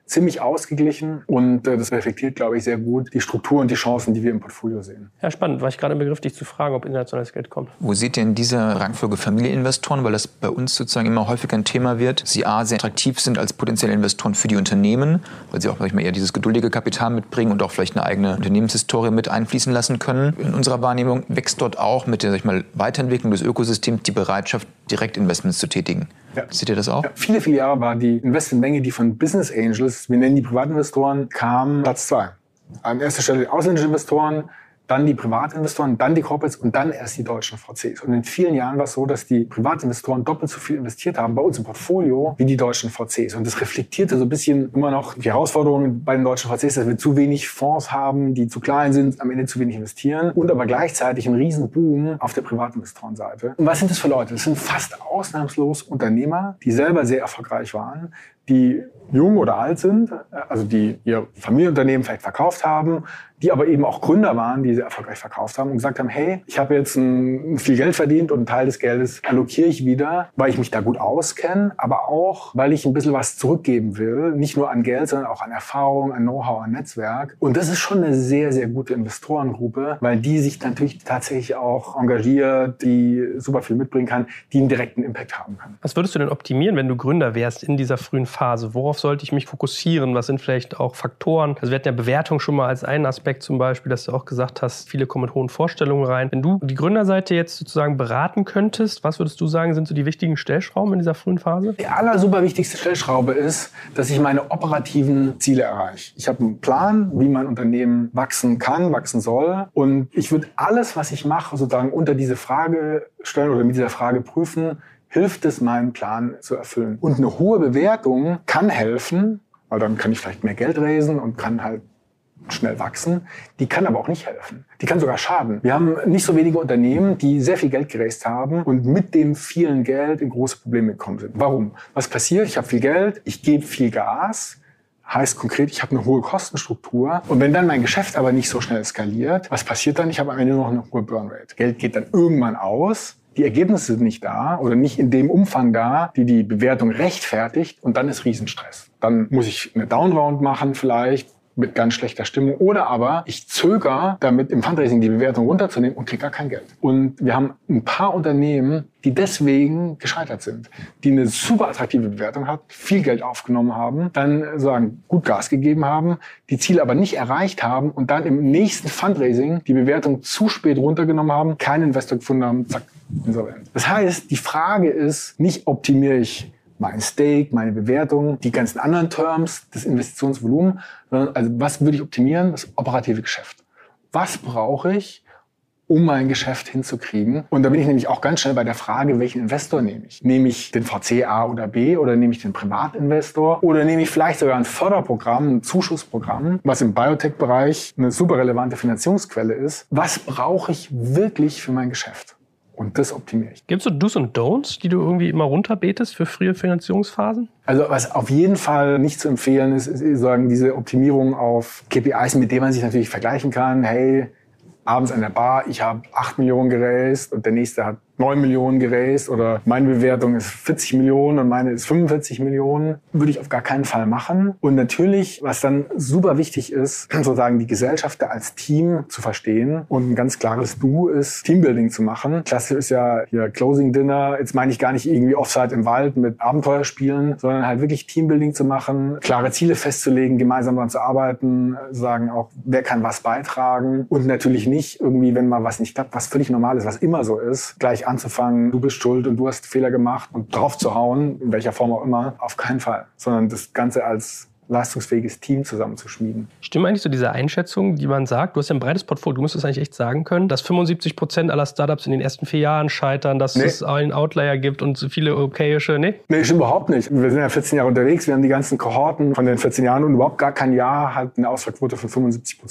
ziemlich ausgeglichen und das reflektiert, glaube ich, sehr gut die Struktur und die Chancen, die wir im Portfolio sehen. Ja, spannend. War ich gerade im Begriff, dich zu fragen, ob internationales Geld kommt. Wo seht ihr in dieser Rangfolge Familieninvestoren, weil das bei uns sozusagen immer häufiger ein Thema wird, sie A, sehr attraktiv sind als potenzielle Investoren für die Unternehmen, weil sie auch manchmal eher dieses geduldige Kapital mitbringen und auch vielleicht eine eigene Unternehmenshistorie mit einfließen lassen können. In unserer Wahrnehmung wächst dort auch mit der, sag ich mal, Weiterentwicklung des Ökosystems die Bereitschaft, Direktinvestments zu tätigen. Ja. Seht ihr das auch? Ja, viele Jahre war die Investmentmenge, die von Business Angels, wir nennen die Privatinvestoren, kam Platz 2. An erster Stelle die ausländischen Investoren, dann die Privatinvestoren, dann die Corporates und dann erst die deutschen VCs. Und in vielen Jahren war es so, dass die Privatinvestoren doppelt so viel investiert haben bei uns im Portfolio wie die deutschen VCs. Und das reflektierte so ein bisschen immer noch die Herausforderungen bei den deutschen VCs, dass wir zu wenig Fonds haben, die zu klein sind, am Ende zu wenig investieren und aber gleichzeitig einen riesen Boom auf der Privatinvestorenseite. Und was sind das für Leute? Das sind fast ausnahmslos Unternehmer, die selber sehr erfolgreich waren, die jung oder alt sind, also die ihr Familienunternehmen vielleicht verkauft haben, die aber eben auch Gründer waren, die sehr erfolgreich verkauft haben und gesagt haben, hey, ich habe jetzt viel Geld verdient und einen Teil des Geldes allokiere ich wieder, weil ich mich da gut auskenne, aber auch, weil ich ein bisschen was zurückgeben will, nicht nur an Geld, sondern auch an Erfahrung, an Know-how, an Netzwerk. Und das ist schon eine sehr, sehr gute Investorengruppe, weil die sich natürlich tatsächlich auch engagiert, die super viel mitbringen kann, die einen direkten Impact haben kann. Was würdest du denn optimieren, wenn du Gründer wärst in dieser frühen Phase? Worauf sollte ich mich fokussieren? Was sind vielleicht auch Faktoren? Also wir hatten ja Bewertung schon mal als einen Aspekt zum Beispiel, dass du auch gesagt hast, viele kommen mit hohen Vorstellungen rein. Wenn du die Gründerseite jetzt sozusagen beraten könntest, was würdest du sagen, sind so die wichtigen Stellschrauben in dieser frühen Phase? Die super wichtigste Stellschraube ist, dass ich meine operativen Ziele erreiche. Ich habe einen Plan, wie mein Unternehmen wachsen kann, wachsen soll. Und ich würde alles, was ich mache, sozusagen unter diese Frage stellen oder mit dieser Frage prüfen, hilft es, meinen Plan zu erfüllen. Und eine hohe Bewertung kann helfen, weil dann kann ich vielleicht mehr Geld raisen und kann halt schnell wachsen. Die kann aber auch nicht helfen. Die kann sogar schaden. Wir haben nicht so wenige Unternehmen, die sehr viel Geld geraced haben und mit dem vielen Geld in große Probleme gekommen sind. Warum? Was passiert? Ich habe viel Geld, ich gebe viel Gas. Heißt konkret, ich habe eine hohe Kostenstruktur. Und wenn dann mein Geschäft aber nicht so schnell skaliert, was passiert dann? Ich habe am Ende noch eine hohe Burnrate. Geld geht dann irgendwann aus. Die Ergebnisse sind nicht da oder nicht in dem Umfang da, die die Bewertung rechtfertigt. Und dann ist Riesenstress. Dann muss ich eine Downround machen vielleicht mit ganz schlechter Stimmung. Oder aber ich zögere damit im Fundraising die Bewertung runterzunehmen und kriege gar kein Geld. Und wir haben ein paar Unternehmen, die deswegen gescheitert sind, die eine super attraktive Bewertung hat, viel Geld aufgenommen haben, dann sagen, gut Gas gegeben haben, die Ziele aber nicht erreicht haben und dann im nächsten Fundraising die Bewertung zu spät runtergenommen haben, keinen Investor gefunden haben, zack, insolvent. Das heißt, die Frage ist, nicht optimiere ich mein Stake, meine Bewertung, die ganzen anderen Terms, das Investitionsvolumen, sondern also was würde ich optimieren? Das operative Geschäft. Was brauche ich, um mein Geschäft hinzukriegen? Und da bin ich nämlich auch ganz schnell bei der Frage, welchen Investor nehme ich? Nehme ich den VC A oder B oder nehme ich den Privatinvestor oder nehme ich vielleicht sogar ein Förderprogramm, ein Zuschussprogramm, was im Biotech-Bereich eine super relevante Finanzierungsquelle ist? Was brauche ich wirklich für mein Geschäft? Und das optimiere ich. Gibt es so Do's und Don'ts, die du irgendwie immer runterbetest für frühe Finanzierungsphasen? Also was auf jeden Fall nicht zu empfehlen ist sagen diese Optimierung auf KPIs, mit denen man sich natürlich vergleichen kann. Hey, abends an der Bar, ich habe 8 Millionen geraced und der nächste hat 9 Millionen geraced oder meine Bewertung ist 40 Millionen und meine ist 45 Millionen. Würde ich auf gar keinen Fall machen. Und natürlich, was dann super wichtig ist, sozusagen die Gesellschafter als Team zu verstehen und ein ganz klares Du ist, Teambuilding zu machen. Klasse ist ja hier Closing Dinner. Jetzt meine ich gar nicht irgendwie Offside im Wald mit Abenteuerspielen, sondern halt wirklich Teambuilding zu machen, klare Ziele festzulegen, gemeinsam daran zu arbeiten, sagen auch, wer kann was beitragen und natürlich nicht irgendwie, wenn mal was nicht klappt, was völlig normal ist, was immer so ist, gleich anzufangen, du bist schuld und du hast Fehler gemacht und drauf zu hauen, in welcher Form auch immer, auf keinen Fall. Sondern das Ganze als leistungsfähiges Team zusammenzuschmieden. Stimmt eigentlich so diese Einschätzung, die man sagt, du hast ja ein breites Portfolio, du musst es eigentlich echt sagen können, dass 75% aller Startups in den ersten 4 Jahren scheitern, dass es einen Outlier gibt und so viele okayische, Nee, stimmt überhaupt nicht. Wir sind ja 14 Jahre unterwegs, wir haben die ganzen Kohorten von den 14 Jahren und überhaupt gar kein Jahr hat eine Ausfallquote von 75%.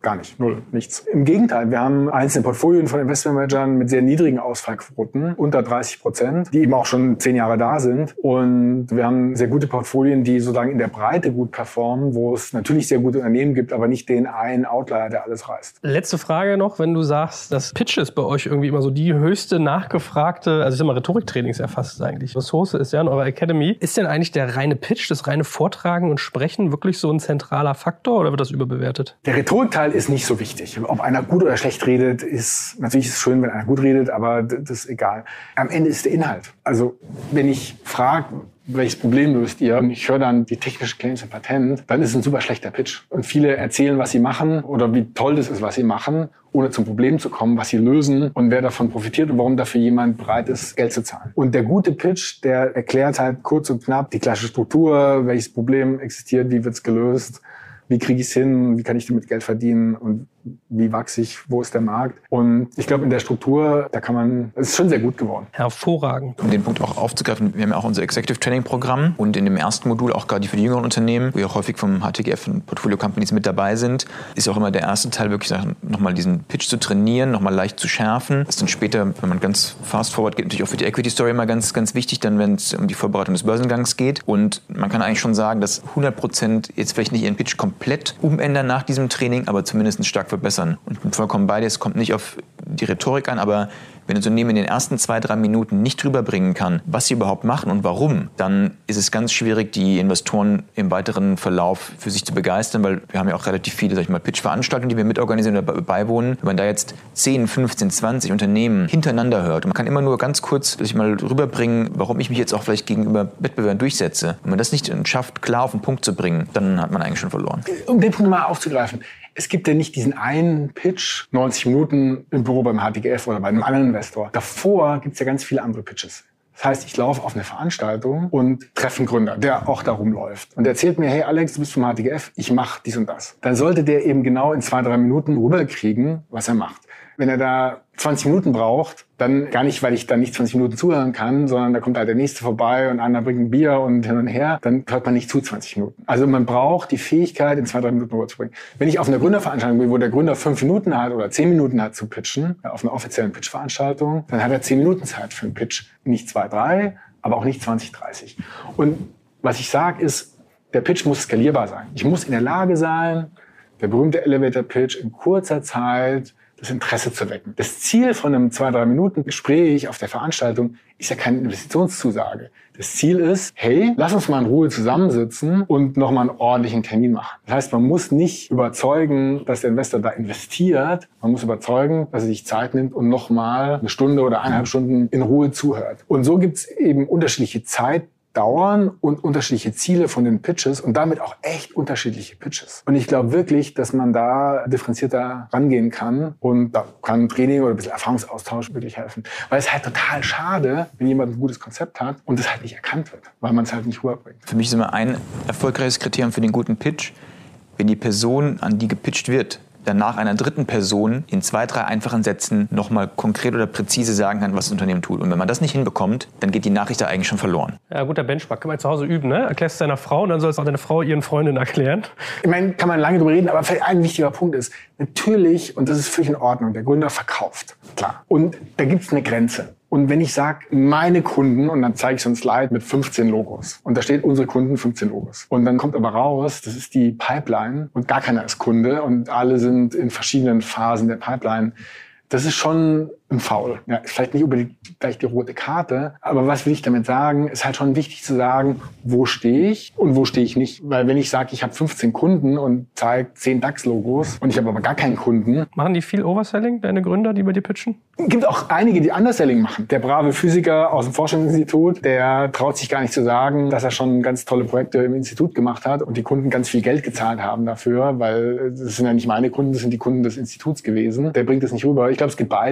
Gar nicht, null, nichts. Im Gegenteil, wir haben einzelne Portfolien von Investmentmanagern mit sehr niedrigen Ausfallquoten, unter 30%, die eben auch schon 10 Jahre da sind. Und wir haben sehr gute Portfolien, die sozusagen in der Breite gut performen, wo es natürlich sehr gute Unternehmen gibt, aber nicht den einen Outlier, der alles reißt. Letzte Frage noch, wenn du sagst, dass Pitch ist bei euch irgendwie immer so die höchste nachgefragte, also ich sag mal Rhetoriktrainings erfasst eigentlich, Ressource ist ja in eurer Academy. Ist denn eigentlich der reine Pitch, das reine Vortragen und Sprechen wirklich so ein zentraler Faktor oder wird das überbewertet? Der Rhetorikteil ist nicht so wichtig. Ob einer gut oder schlecht redet, natürlich ist es schön, wenn einer gut redet, aber das ist egal. Am Ende ist der Inhalt. Also wenn ich frage, welches Problem löst ihr? Und ich höre dann die technische Claims im Patent, dann ist es ein super schlechter Pitch. Und viele erzählen, was sie machen oder wie toll das ist, was sie machen, ohne zum Problem zu kommen, was sie lösen und wer davon profitiert und warum dafür jemand bereit ist, Geld zu zahlen. Und der gute Pitch, der erklärt halt kurz und knapp die klassische Struktur, welches Problem existiert, wie wird es gelöst, wie kriege ich es hin, wie kann ich damit Geld verdienen und wie wachse ich, wo ist der Markt. Und ich glaube, in der Struktur, es ist schon sehr gut geworden. Hervorragend. Um den Punkt auch aufzugreifen, wir haben ja auch unser Executive Training Programm und in dem ersten Modul, auch gerade für die jüngeren Unternehmen, wo ja auch häufig vom HTGF und Portfolio Companies mit dabei sind, ist auch immer der erste Teil wirklich nochmal diesen Pitch zu trainieren, nochmal leicht zu schärfen. Das ist dann später, wenn man ganz fast forward geht, natürlich auch für die Equity Story immer ganz, ganz wichtig, dann wenn es um die Vorbereitung des Börsengangs geht. Und man kann eigentlich schon sagen, dass 100% jetzt vielleicht nicht ihren Pitch komplett umändern nach diesem Training, aber zumindest stark verbessern. Und ich bin vollkommen bei dir, es kommt nicht auf die Rhetorik an, aber wenn ein Unternehmen in den ersten 2-3 Minuten nicht rüberbringen kann, was sie überhaupt machen und warum, dann ist es ganz schwierig, die Investoren im weiteren Verlauf für sich zu begeistern, weil wir haben ja auch relativ viele, Pitch-Veranstaltungen, die wir mitorganisieren oder beiwohnen. Wenn man da jetzt 10, 15, 20 Unternehmen hintereinander hört und man kann immer nur ganz kurz sich mal rüberbringen, warum ich mich jetzt auch vielleicht gegenüber Wettbewerbern durchsetze. Wenn man das nicht schafft, klar auf den Punkt zu bringen, dann hat man eigentlich schon verloren. Um den Punkt mal aufzugreifen. Es gibt ja nicht diesen einen Pitch, 90 Minuten im Büro beim HTGF oder bei einem anderen Investor. Davor gibt es ja ganz viele andere Pitches. Das heißt, ich laufe auf eine Veranstaltung und treffe einen Gründer, der auch da rumläuft. Und der erzählt mir, hey Alex, du bist vom HTGF, ich mache dies und das. Dann sollte der eben genau in 2-3 Minuten rüberkriegen, was er macht. Wenn er da 20 Minuten braucht, dann gar nicht, weil ich dann nicht 20 Minuten zuhören kann, sondern da kommt halt der Nächste vorbei und einer bringt ein Bier und hin und her, dann hört man nicht zu 20 Minuten. Also man braucht die Fähigkeit, in 2-3 Minuten rüberzubringen. Wenn ich auf einer Gründerveranstaltung bin, wo der Gründer 5 Minuten hat oder 10 Minuten hat zu pitchen, auf einer offiziellen Pitch-Veranstaltung, dann hat er 10 Minuten Zeit für einen Pitch. Nicht 2-3, aber auch nicht 20-30. Und was ich sage ist, der Pitch muss skalierbar sein. Ich muss in der Lage sein, der berühmte Elevator-Pitch in kurzer Zeit das Interesse zu wecken. Das Ziel von einem 2-3 Minuten Gespräch auf der Veranstaltung ist ja keine Investitionszusage. Das Ziel ist, hey, lass uns mal in Ruhe zusammensitzen und nochmal einen ordentlichen Termin machen. Das heißt, man muss nicht überzeugen, dass der Investor da investiert. Man muss überzeugen, dass er sich Zeit nimmt und nochmal eine Stunde oder 1,5 Stunden in Ruhe zuhört. Und so gibt es eben unterschiedliche Zeitdauern und unterschiedliche Ziele von den Pitches und damit auch echt unterschiedliche Pitches. Und ich glaube wirklich, dass man da differenzierter rangehen kann und da kann Training oder ein bisschen Erfahrungsaustausch wirklich helfen. Weil es halt total schade, wenn jemand ein gutes Konzept hat und es halt nicht erkannt wird, weil man es halt nicht rüberbringt. Für mich ist immer ein erfolgreiches Kriterium für den guten Pitch, wenn die Person, an die gepitcht wird, danach einer dritten Person in 2-3 einfachen Sätzen nochmal konkret oder präzise sagen kann, was das Unternehmen tut. Und wenn man das nicht hinbekommt, dann geht die Nachricht da eigentlich schon verloren. Ja, guter Benchmark. Kann man zu Hause üben, ne? Erklärst es deiner Frau und dann soll es auch deine Frau ihren Freundinnen erklären. Ich meine, kann man lange drüber reden, aber vielleicht ein wichtiger Punkt ist, natürlich, und das ist völlig in Ordnung, der Gründer verkauft. Klar. Und da gibt es eine Grenze. Und wenn ich sage, meine Kunden, und dann zeige ich so ein Slide mit 15 Logos. Und da steht, unsere Kunden 15 Logos. Und dann kommt aber raus, das ist die Pipeline und gar keiner ist Kunde und alle sind in verschiedenen Phasen der Pipeline. Das ist schon ein Foul. Ja, vielleicht nicht unbedingt gleich die rote Karte, aber was will ich damit sagen, ist halt schon wichtig zu sagen, wo stehe ich und wo stehe ich nicht. Weil wenn ich sage, ich habe 15 Kunden und zeige 10 DAX-Logos und ich habe aber gar keinen Kunden. Machen die viel Overselling, deine Gründer, die bei dir pitchen? Gibt auch einige, die Underselling machen. Der brave Physiker aus dem Forschungsinstitut, der traut sich gar nicht zu sagen, dass er schon ganz tolle Projekte im Institut gemacht hat und die Kunden ganz viel Geld gezahlt haben dafür, weil das sind ja nicht meine Kunden, das sind die Kunden des Instituts gewesen. Der bringt es nicht rüber. Ich glaube, es gibt beides, aber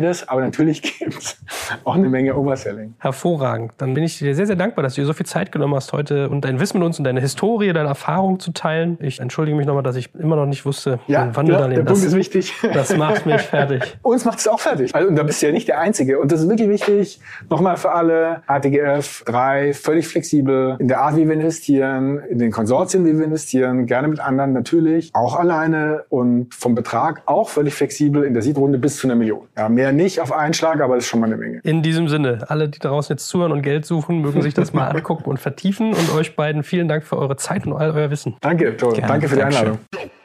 natürlich gibt es auch eine Menge Overselling. Hervorragend. Dann bin ich dir sehr, sehr dankbar, dass du dir so viel Zeit genommen hast heute und dein Wissen mit uns und deine Historie, deine Erfahrungen zu teilen. Ich entschuldige mich nochmal, dass ich immer noch nicht wusste, wann du dann der Punkt ist wichtig. Das macht mich fertig. Uns macht es auch fertig. Also, und da bist du ja nicht der Einzige. Und das ist wirklich wichtig. Nochmal für alle. HTGF 3, völlig flexibel in der Art, wie wir investieren, in den Konsortien, wie wir investieren, gerne mit anderen natürlich, auch alleine und vom Betrag auch völlig flexibel in der Seed-Runde bis zu 1 Million. Ja, mehr nicht auf einen Schlag, aber das ist schon mal eine Menge. In diesem Sinne, alle, die draußen jetzt zuhören und Geld suchen, mögen sich das mal angucken und vertiefen. Und euch beiden vielen Dank für eure Zeit und all euer Wissen. Danke, Joel. Danke für die Einladung.